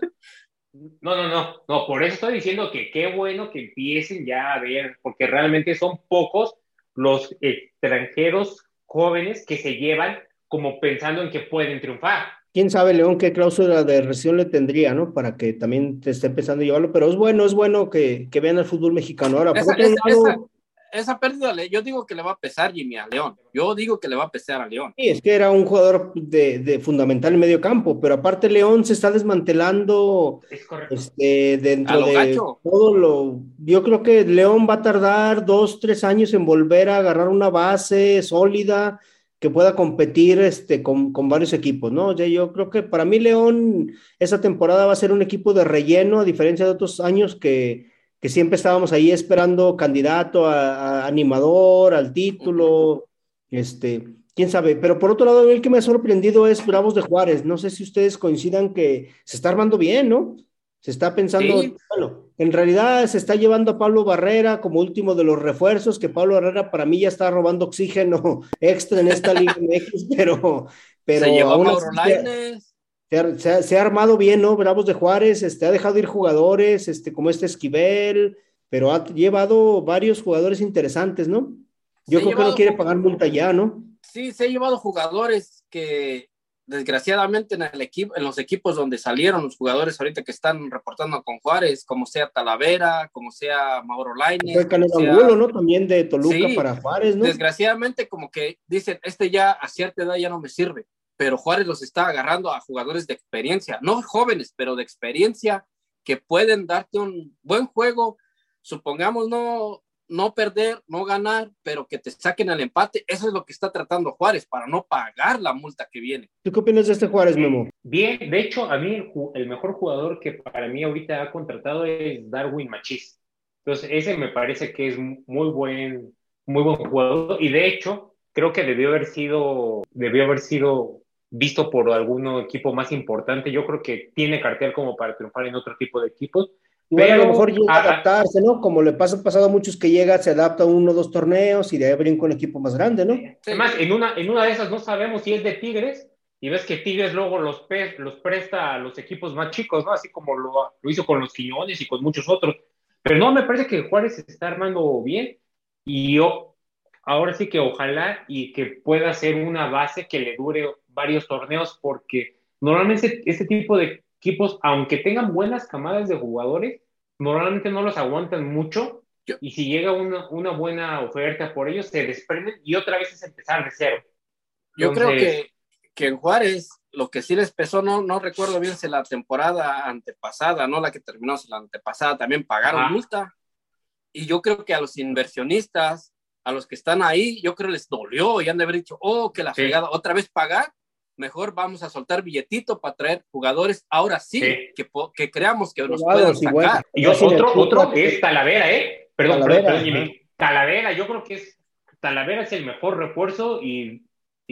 no, no, no, no, por eso estoy diciendo que qué bueno que empiecen ya a ver, porque realmente son pocos los extranjeros jóvenes que se llevan como pensando en que pueden triunfar. Quién sabe, León, qué cláusula de rescisión le tendría, ¿no? Para que también te esté empezando a llevarlo, pero es bueno, es bueno que, que vean el fútbol mexicano. Ahora, esa, por otro esa, lado... esa, esa pérdida, yo digo que le va a pesar, Jimmy, a León. Yo digo que le va a pesar a León. Sí, es que era un jugador de, de fundamental en medio campo, pero aparte León se está desmantelando este, dentro de gacho. todo lo... Yo creo que León va a tardar dos, tres años en volver a agarrar una base sólida que pueda competir este, con, con varios equipos, ¿no? O sea, yo creo que para mí León esa temporada va a ser un equipo de relleno, a diferencia de otros años que, que siempre estábamos ahí esperando candidato a, a animador, al título, este, quién sabe. Pero por otro lado, el que me ha sorprendido es Bravos de Juárez. No sé si ustedes coincidan que se está armando bien, ¿no? Se está pensando, sí. Bueno, en realidad se está llevando a Pablo Barrera como último de los refuerzos, que Pablo Barrera para mí ya está robando oxígeno extra en esta Liga M X, pero, pero se llevó aún a Mauro así Lainez. Se ha, se, ha, se ha armado bien, ¿no? Bravos de Juárez, este, ha dejado ir jugadores, este, como este Esquivel, pero ha llevado varios jugadores interesantes, ¿no? Yo creo que no quiere pagar multa ya, ¿no? Sí, se ha llevado jugadores que desgraciadamente en el equipo, en los equipos donde salieron los jugadores ahorita que están reportando con Juárez, como sea Talavera, como sea Mauro Lainez. Fue Canelo sea... Angulo, ¿no? También de Toluca sí, para Juárez, ¿no? Desgraciadamente como que dicen, este ya a cierta edad ya no me sirve, pero Juárez los está agarrando a jugadores de experiencia, no jóvenes, pero de experiencia, que pueden darte un buen juego, supongamos no... no perder, no ganar, pero que te saquen el empate. Eso es lo que está tratando Juárez, para no pagar la multa que viene. ¿Tú qué opinas de este Juárez, Memo? Bien, de hecho, a mí el, el mejor jugador que para mí ahorita ha contratado es Darwin Machís. Entonces, ese me parece que es muy buen, muy buen jugador, y de hecho, creo que debió haber sido, debió haber sido visto por algún equipo más importante. Yo creo que tiene cartel como para triunfar en otro tipo de equipos. Igual Pero, a lo mejor llega a a- adaptarse, ¿no? Como le pasa pasado a muchos que llega, se adapta a uno o dos torneos y de ahí brinca un equipo más grande, ¿no? Además, en una, en una de esas no sabemos si es de Tigres, y ves que Tigres luego los, pe- los presta a los equipos más chicos, ¿no? Así como lo, lo hizo con los Quiñones y con muchos otros. Pero no, me parece que Juárez se está armando bien, y yo, ahora sí que ojalá y que pueda ser una base que le dure varios torneos, porque normalmente este tipo de equipos, aunque tengan buenas camadas de jugadores, normalmente no los aguantan mucho, Yo- y si llega una, una buena oferta por ellos, se desprenden y otra vez es empezar de cero. Yo creo Entonces, que, que en Juárez lo que sí les pesó, no, no recuerdo bien si la temporada antepasada, no la que terminó, si la antepasada también pagaron Ajá. multa. Y yo creo que a los inversionistas, a los que están ahí, yo creo les dolió y han de haber dicho, oh, que la Sí. fregada, otra vez pagar, mejor vamos a soltar billetito para traer jugadores, ahora sí, Sí. Que, po- que creamos que nos Probados, pueden igual. sacar. y Ya sin el otro, Tuca, otro que- es Talavera, ¿eh? Perdón, Talavera, perdón, perdón, ajá. Jimmy. Talavera, yo creo que es Talavera es el mejor refuerzo, y,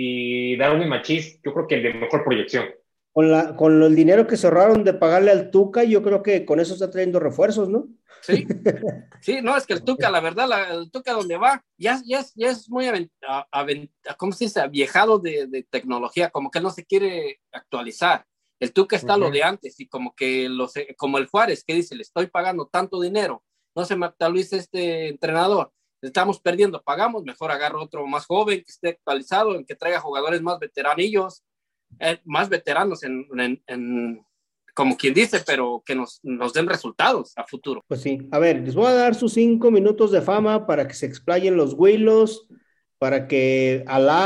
y Darwin Machís, yo creo que el de mejor proyección. Con, la, con el dinero que se ahorraron de pagarle al Tuca, yo creo que con eso está trayendo refuerzos, ¿no? Sí, sí, no, es que el Tuca, la verdad, la- el Tuca donde va, ya, ya, es, ya es muy, avent, a, avent, ¿cómo se dice? Aviejado de, de tecnología, como que no se quiere actualizar. El Tuca está Uh-huh. lo de antes, y como que los, como el Juárez, que dice, le estoy pagando tanto dinero, no se me actualiza este entrenador, estamos perdiendo, pagamos, mejor agarro otro más joven, que esté actualizado, en que traiga jugadores más veteranillos, eh, más veteranos en, en, en como quien dice, pero que nos, nos den resultados a futuro. Pues sí. A ver, les voy a dar sus cinco minutos de fama para que se explayen los Willos, para que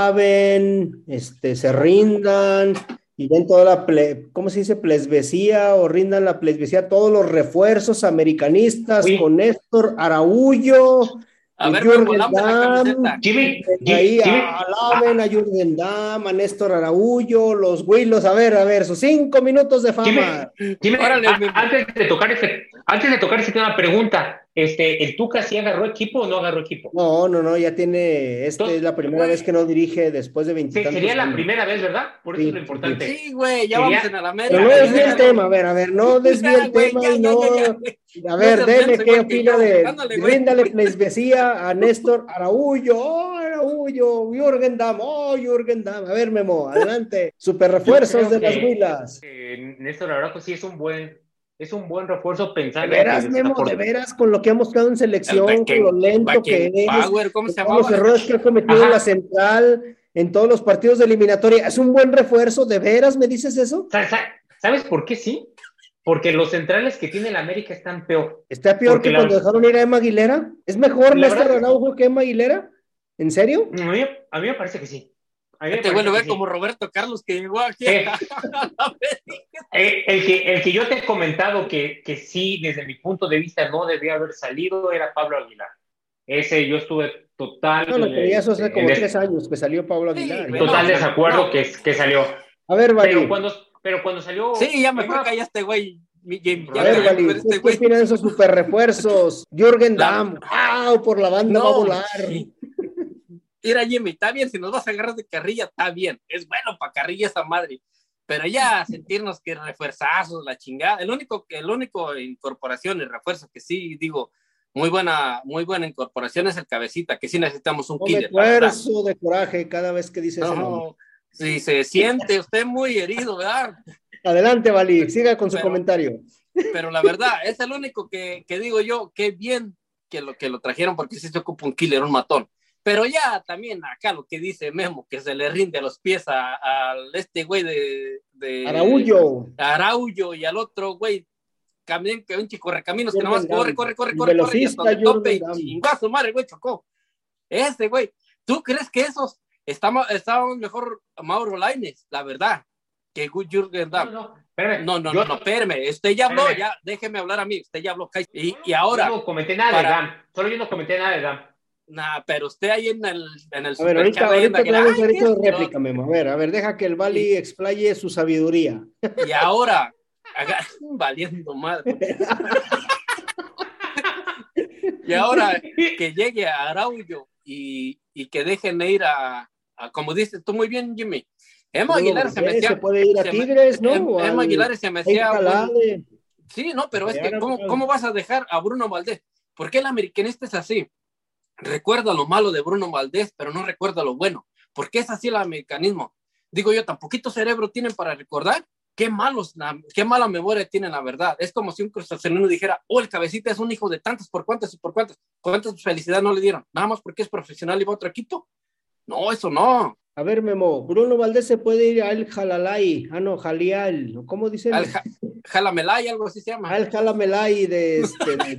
alaben, este, se rindan y den toda la, ple, ¿cómo se dice? Plesbesía, o rindan la plesbesía a todos los refuerzos americanistas. Uy. Con Néstor Araújo. A ver, Jürgen Memo, dame la Damm, camiseta. Jimmy, ahí Jimmy, a, alaben a Jürgen Damm, a Néstor Araújo, los Willos. A ver, a ver, sus cinco minutos de fama. Jimmy, Jimmy, Órale, a- Memo. antes de tocar ese, antes de tocar ese tema, pregunta, este, ¿el Tuca sí agarró equipo o no agarró equipo? No, no, no, ya tiene, esta Entonces, es la primera güey. vez que no dirige después de Sí, veintitantos sería la años. primera vez, ¿verdad? Por eso Sí, es lo importante. Sí, güey, ya Quería- vamos en Alameda. Pero no Ya, desvíe el ya, tema, a ver, a ver, no desvíe Ya, el güey, tema ya, y ya, no... ya, ya, güey. A No ver, seas dele, menso, ¿qué igual que opina yo. de... Ándale, güey. Ríndale plesbesía a Néstor Araújo, oh, Araújo, Jürgen Damm, oh, Jürgen Damm. A ver, Memo, adelante. Super refuerzos de creo las que- Huilas. Eh, Néstor Araujo sí es un buen, es un buen refuerzo De pensando veras, en que Memo, desafor- de veras, con lo que ha mostrado en selección, El con lo lento que es, Beckenbauer, ¿cómo con se todos los llamaba? errores que ha cometido Ajá. en la central, en todos los partidos de eliminatoria. ¿Es un buen refuerzo? ¿De veras me dices eso? Sa- sa- ¿Sabes por qué sí? Porque los centrales que tiene el América están peor. ¿Está peor Porque que la- cuando dejaron ir a Emma Aguilera? ¿Es mejor La Néstor verdad- Araujo que Emma Aguilera? ¿En serio? A mí, a mí me parece que sí. A mí me Este güey parece lo ve que sí. como Roberto Carlos que llegó aquí. Sí. a la vez. Eh, el, que, el que yo te he comentado que, que sí, desde mi punto de vista, no debía haber salido era Pablo Aguilar. Ese yo estuve total. No, no, pero ya eso hace eh, como en tres des- años que salió Pablo Sí, Aguilar. güey, Total no, desacuerdo no. que, que salió. A ver, Vali. Pero cuando, pero cuando salió. Sí, ya mejor Emma- callaste, güey. Mi- Jim, A Ya ver, me Vali, ver ¿qué, este güey. opinan de esos super refuerzos? Jürgen La- Damm, wow, por la banda va a No, volar. sí. Mira, Jimmy, está bien, si nos vas a agarrar de carrilla, está bien. Es bueno para carrilla esa madre. Pero ya sentirnos que refuerzazos, la chingada. El único, el único incorporación y refuerzo que sí digo, muy buena, muy buena incorporación es el Cabecita, que sí necesitamos un No me killer. la verdad. esfuerzo de coraje cada vez que dices ese nombre. No, si se siente usted muy herido, ¿verdad? Adelante, Vali, siga con su Pero- comentario. Pero la verdad, es el único que, que digo yo, qué bien que lo, que lo trajeron, porque sí se ocupa un killer, un matón. Pero ya también acá lo que dice Memo, que se le rinde a los pies a, a este güey de, de... Araújo. Araújo y al otro güey, también que un chico recaminos que Jürgen nomás corre, Damm. corre, corre, El corre, corre, y velocista hasta donde tope y Jürgen Damm. chingó a su madre, güey, chocó. Ese güey, ¿tú crees que esos estamos, estábamos mejor Mauro Lainez, la verdad, que Jürgen No, Damm? no, espérame. No, no, Yo- no, no, espérame, usted ya habló, Espérame. ya, déjeme hablar a mí, usted ya habló, cállese. y, y ahora, Yo no comenté nada para- de Dam. Solo yo no comenté nada de Dam. nah, pero usted ahí en el, en el A ver, ahorita, superchat ahí ahorita anda que, te damos ay, derecho que de esto, réplica, Memo. A ver, a ver, deja que el Vali explaye su sabiduría. y ahora, haga- valiendo madre. Y ahora que llegue a Araujo y, y que dejen de ir a, a, como dices tú muy bien, Jimmy, Emma Luego, Aguilar se me ¿qué? hacía... Se puede ir a se me- Tigres, ¿no? Em- O Emma al- Aguilar se me Ahí hacía... Calade. buen- Sí, no, pero es que ¿cómo, ¿cómo vas a dejar a Bruno Valdés? ¿Por qué el americanista es así? Recuerda lo malo de Bruno Valdés, pero no recuerda lo bueno. ¿Por qué es así el americanismo? Digo yo, tan poquito cerebro tienen para recordar. Qué malos, qué mala memoria tienen, la verdad. Es como si un cruzazulino dijera, oh, el Cabecita es un hijo de tantos, por cuántas y por cuántas. ¿Cuántas felicidades no le dieron? Nada más porque es profesional y va a otro equipo. No, eso no. A ver, Memo, Bruno Valdés se puede ir al Jalalay, ah, no, Jalial, ¿cómo dicen? Al ja, Jalamelay, algo así se llama. Al Jalamelay de este, de,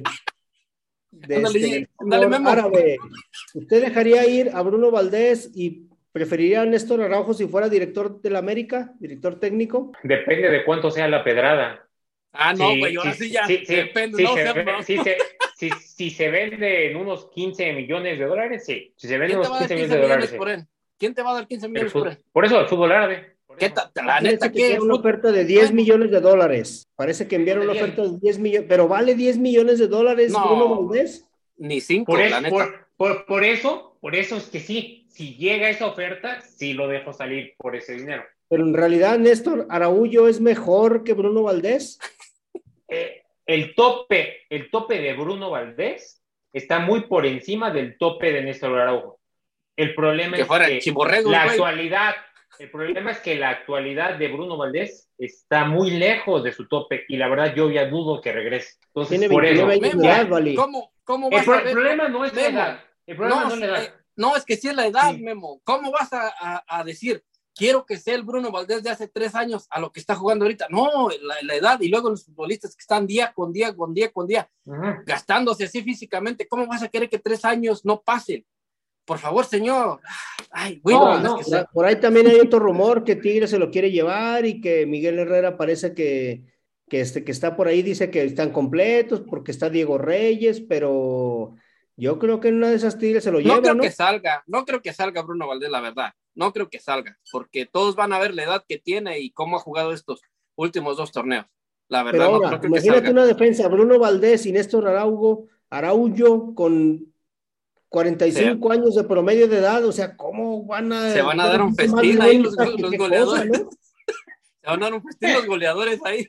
de Ándale, este, ándale, Memo. árabe. ¿Usted dejaría ir a Bruno Valdés y preferiría a Néstor Araujo si fuera director del América, director técnico? Depende de cuánto sea la pedrada. Ah, no, güey, sí, ahora sí, sí ya, sí, depende. Sí, no, se, sea, ve, no. sí, se, sí, si se vende en unos quince millones de dólares, sí. Si se vende en unos quince millones de dólares, por él? ¿Quién te va a dar quince millones fútbol, por él? Por eso, el fútbol árabe. ¿Qué ta, la neta que que es una oferta de diez bueno. millones de dólares. Parece que enviaron una oferta de diez millones, pero vale diez millones de dólares no, Bruno Valdés. Ni cinco, por, es, la neta. Por, por, por eso, por eso es que sí, si llega esa oferta, sí lo dejo salir por ese dinero. Pero en realidad Néstor Araújo es mejor que Bruno Valdés. Eh, el tope, el tope de Bruno Valdés está muy por encima del tope de Néstor Araujo. El problema que es fuera que Chiborrego, la güey. actualidad, el problema es que la actualidad de Bruno Valdés está muy lejos de su tope y la verdad yo ya dudo que regrese. Entonces, Tiene por eso, años de edad, vale. ¿Cómo, cómo el, vas pro- a ver? el problema no es la Memo. edad. El problema no, no es la edad. Eh, no, es que sí es la edad, Sí. Memo. ¿Cómo vas a, a, a decir, quiero que sea el Bruno Valdés de hace tres años a lo que está jugando ahorita? No, la, la edad y luego los futbolistas que están día con día, con día, con día, Uh-huh. gastándose así físicamente. ¿Cómo vas a querer que tres años no pasen? Por favor, señor. Ay, güey, No, no, no, es que Por, por ahí también hay otro rumor que Tigre se lo quiere llevar y que Miguel Herrera parece que, que, este, que está por ahí, dice que están completos porque está Diego Reyes, pero yo creo que en una de esas Tigres se lo no lleva, creo ¿no? que salga, no creo que salga Bruno Valdés, la verdad. No creo que salga, porque todos van a ver la edad que tiene y cómo ha jugado estos últimos dos torneos. La verdad, Pero ahora, no creo que imagínate salga. una defensa, Bruno Valdés y Néstor Araujo, Araujo con cuarenta y cinco sí. años de promedio de edad, o sea, ¿cómo van a... Se van a dar un festín ahí los, los goleadores, cosa, ¿no? Se van a dar un festín los goleadores ahí.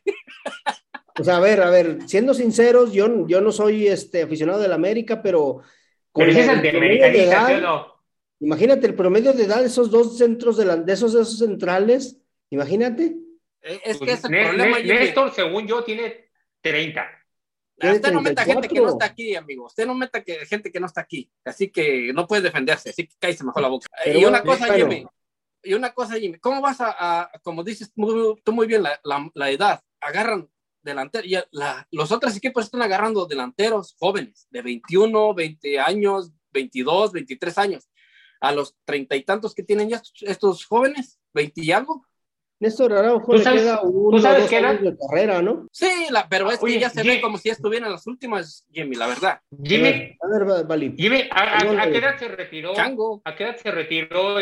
O sea, a ver, a ver, siendo sinceros, yo, yo no soy este, aficionado del América, pero... Pero ese es antiamericanista, ¿sí o no? Imagínate el promedio de edad de esos dos centros, de, la, de, esos, de esos centrales, imagínate. Es que pues, es el N- problema. N- Néstor, según yo, tiene treinta. Usted no meta gente que no está aquí, amigo. Usted no meta que, gente que no está aquí. Así que no puede defenderse. Así que cállese mejor la boca. Pero y bueno, una cosa, bueno. Jimmy. Y una cosa, Jimmy. ¿Cómo vas a, a como dices muy, tú muy bien, la, la, la edad? Agarran delanteros. Y la, los otros equipos están agarrando delanteros jóvenes, de veintiuno, veinte años, veintidós, veintitrés años. A los treinta y tantos que tienen ya estos, estos jóvenes, veinte y algo. Néstor Araujo le queda uno, dos años de carrera, ¿no? Sí, la, pero es Oye, que ya se Jimmy, ve como si estuviera en las últimas, Jimmy, la verdad. Jimmy, a ver, vale. Jimmy, ¿a, a, ¿a qué edad se retiró? Chango. ¿A qué edad se retiró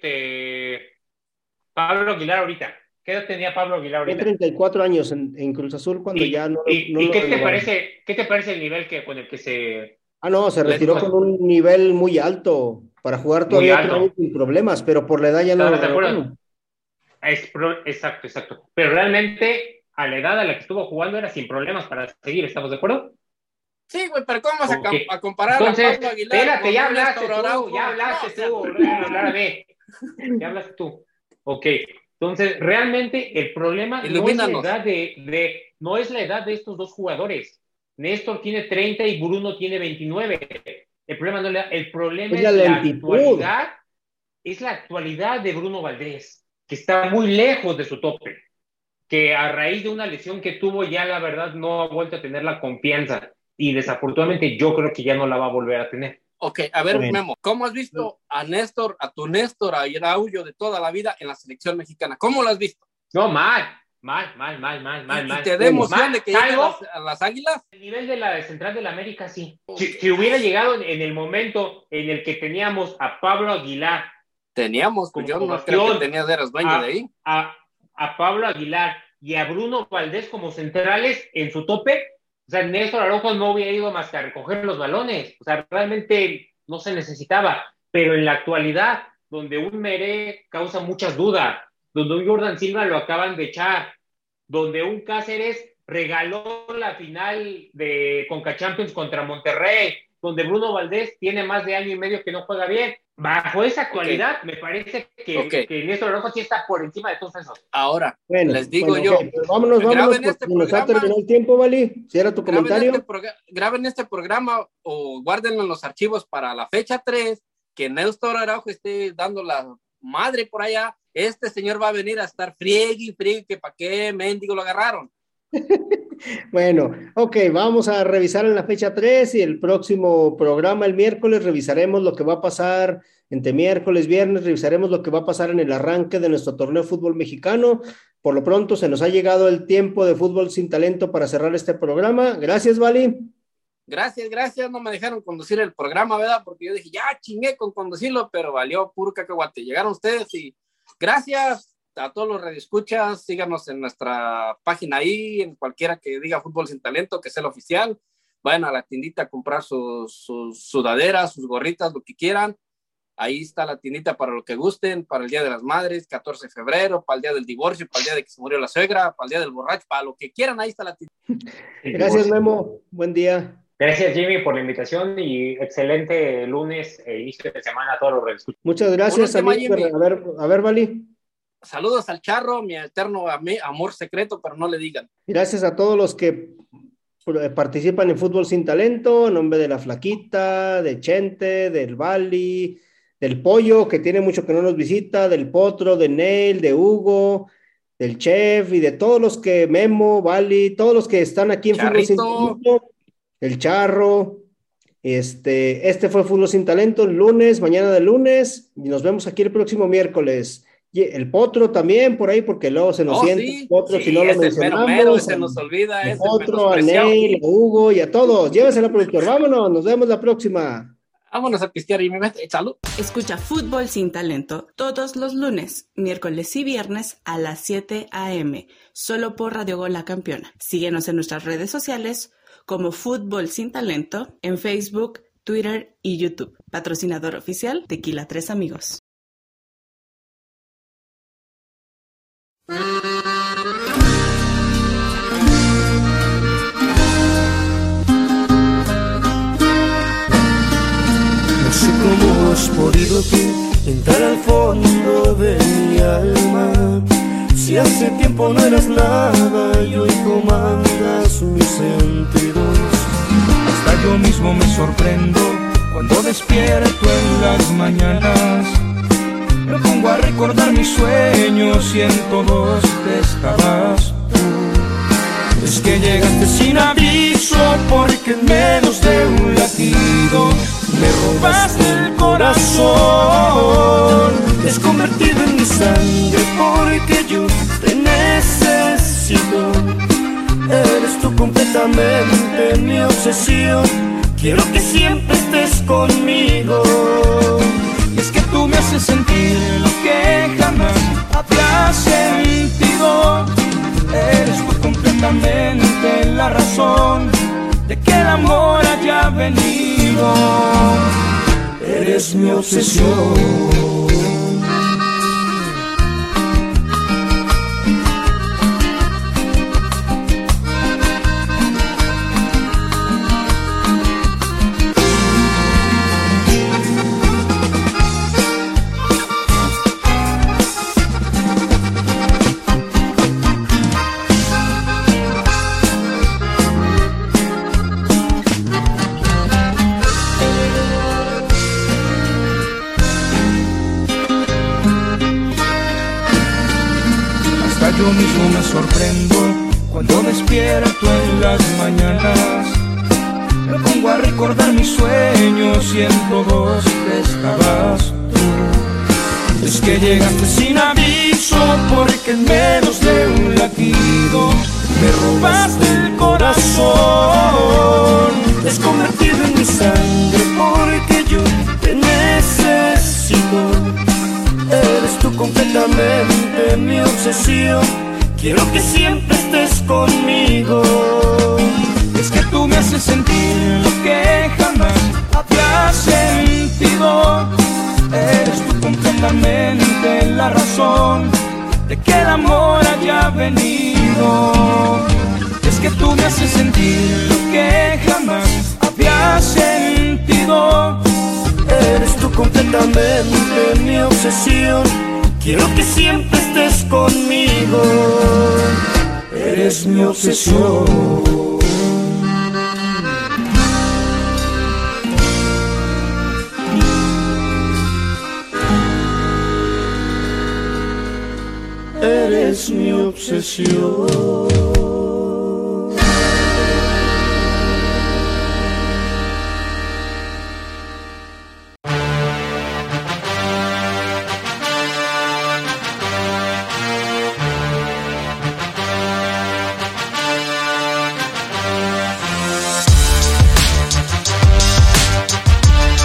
este Pablo Aguilar ahorita? ¿Qué edad tenía Pablo Aguilar ahorita? Tiene treinta y cuatro años en, en Cruz Azul cuando y, ya no... ¿Y, no ¿y lo qué, te renovaron. parece, qué te parece el nivel que, con el que se... Ah, no, se retiró con un nivel muy alto para jugar todavía otro año sin problemas, pero por la edad ya no lo renovaron. Es pro, exacto, exacto. Pero realmente, a la edad a la que estuvo jugando era sin problemas para seguir, ¿estamos de acuerdo? Sí, güey, pero ¿cómo vas okay. a, a comparar Entonces, a Pablo Aguilar? Espérate, ya hablaste tú, Araujo? ya hablaste no, tú, o sea, déjame hablar de, ya hablaste tú. Ok, entonces, realmente el problema no es la edad de, de, no es la edad de estos dos jugadores. Néstor tiene treinta y Bruno tiene veintinueve. El problema no es la, el problema es, es la, la actualidad, es la actualidad de Bruno Valdés, que está muy lejos de su tope, que a raíz de una lesión que tuvo ya la verdad no ha vuelto a tener la confianza y desafortunadamente yo creo que ya no la va a volver a tener. Ok, a ver, Memo, ¿cómo has visto a Néstor, a tu Néstor, a Araujo de toda la vida en la selección mexicana? ¿Cómo lo has visto? No, mal, mal, mal, mal, mal, mal. ¿Y, mal. y te da emoción de que llegue a las, a las Águilas? El nivel de la de Central del América, sí. Si, si hubiera llegado en, en el momento en el que teníamos a Pablo Aguilar, Teníamos, pues yo no creo que tenías, eras dueño a, de ahí. A, a Pablo Aguilar y a Bruno Valdés como centrales en su tope, o sea, Néstor Araujo no hubiera ido más que a recoger los balones, o sea, realmente no se necesitaba, pero en la actualidad, donde un Meré causa muchas dudas, donde un Jordan Silva lo acaban de echar, donde un Cáceres regaló la final de Conca Champions contra Monterrey, donde Bruno Valdés tiene más de año y medio que no juega bien. Bajo esa cualidad, okay. me parece que, okay. que Néstor Araujo sí está por encima de todos esos. Ahora, bueno, les digo bueno, yo. Okay. Vámonos, vámonos, este nos ha terminado el tiempo, Vali. Si era tu graben comentario. Este prog- graben este programa o guárdenlo en los archivos para la fecha tres, que Néstor Araujo esté dando la madre por allá. Este señor va a venir a estar friegue y friegue, que para qué mendigo lo agarraron. Bueno, ok, vamos a revisar en la fecha tres y el próximo programa el miércoles revisaremos lo que va a pasar entre miércoles, viernes, revisaremos lo que va a pasar en el arranque de nuestro torneo de fútbol mexicano. Por lo pronto se nos ha llegado el tiempo de Fútbol Sin Talento para cerrar este programa. Gracias, Vali. Gracias, gracias, no me dejaron conducir el programa, ¿verdad? Porque yo dije, ya chingué con conducirlo, pero valió puro cacahuate. Llegaron ustedes y gracias a todos los radioescuchas, síganos en nuestra página ahí, en cualquiera que diga Fútbol Sin Talento, que sea el oficial, vayan a la tiendita a comprar sus, sus sudaderas, sus gorritas, lo que quieran, ahí está la tiendita para lo que gusten, para el Día de las Madres, catorce de febrero, para el Día del Divorcio, para el Día de que se murió la suegra, para el Día del borracho, para lo que quieran, ahí está la tiendita. Gracias, Memo, buen día. Gracias, Jimmy, por la invitación y excelente lunes e inicio de semana a todos los radioescuchas. Muchas gracias, amigo. A ver, a ver, Vali. Saludos al Charro, mi eterno amor secreto, pero no le digan. Gracias a todos los que participan en Fútbol Sin Talento, en nombre de la Flaquita, de Chente, del Vali, del Pollo, que tiene mucho que no nos visita, del Potro, de Neil, de Hugo, del Chef y de todos los que, Memo, Vali, todos los que están aquí en Charrito. Fútbol Sin Talento, el Charro. Este, este fue Fútbol Sin Talento el lunes, mañana de lunes, y nos vemos aquí el próximo miércoles. El Potro también por ahí, porque luego se nos oh, siente sí, el Potro sí, si no lo mencionamos. Mero, mero, se nos olvida. El Potro, a Neil, a Hugo y a todos. Llévesela, productor. Vámonos, nos vemos la próxima. Vámonos a pistear y me mete. Salud. Escucha Fútbol Sin Talento todos los lunes, miércoles y viernes a las siete a.m. solo por Radio Gol La Campeona. Síguenos en nuestras redes sociales como Fútbol Sin Talento en Facebook, Twitter y YouTube. Patrocinador oficial Tequila Tres Amigos. No sé cómo has podido tú entrar al fondo de mi alma. Si hace tiempo no eras nada y hoy comandas mis sentidos. Hasta yo mismo me sorprendo cuando despierto en las mañanas. Me pongo a recordar mis sueños y en todos estabas tú. Es que llegaste sin aviso porque en menos de un latido me robaste el corazón. Te has convertido en mi sangre porque yo te necesito. Eres tú completamente mi obsesión. Quiero que siempre estés conmigo. Y es que tú me haces sentir lo que jamás había sentido. Eres tú completamente la razón de que el amor haya venido. Eres mi obsesión. Yo mismo me sorprendo cuando despierto en las mañanas. Me pongo a recordar mis sueños y en todos estabas tú. Es que llegaste sin aviso porque en menos de un latido me robaste el corazón. Te has convertido en mi sangre porque yo te necesito. Eres tú completamente mi obsesión. Quiero que siempre estés conmigo. Es que tú me haces sentir lo que jamás había sentido. Eres tú completamente la razón de que el amor haya venido. Es que tú me haces sentir lo que jamás había sentido. Eres tú completamente mi obsesión. Quiero que siempre estés conmigo. Eres mi obsesión. Eres mi obsesión.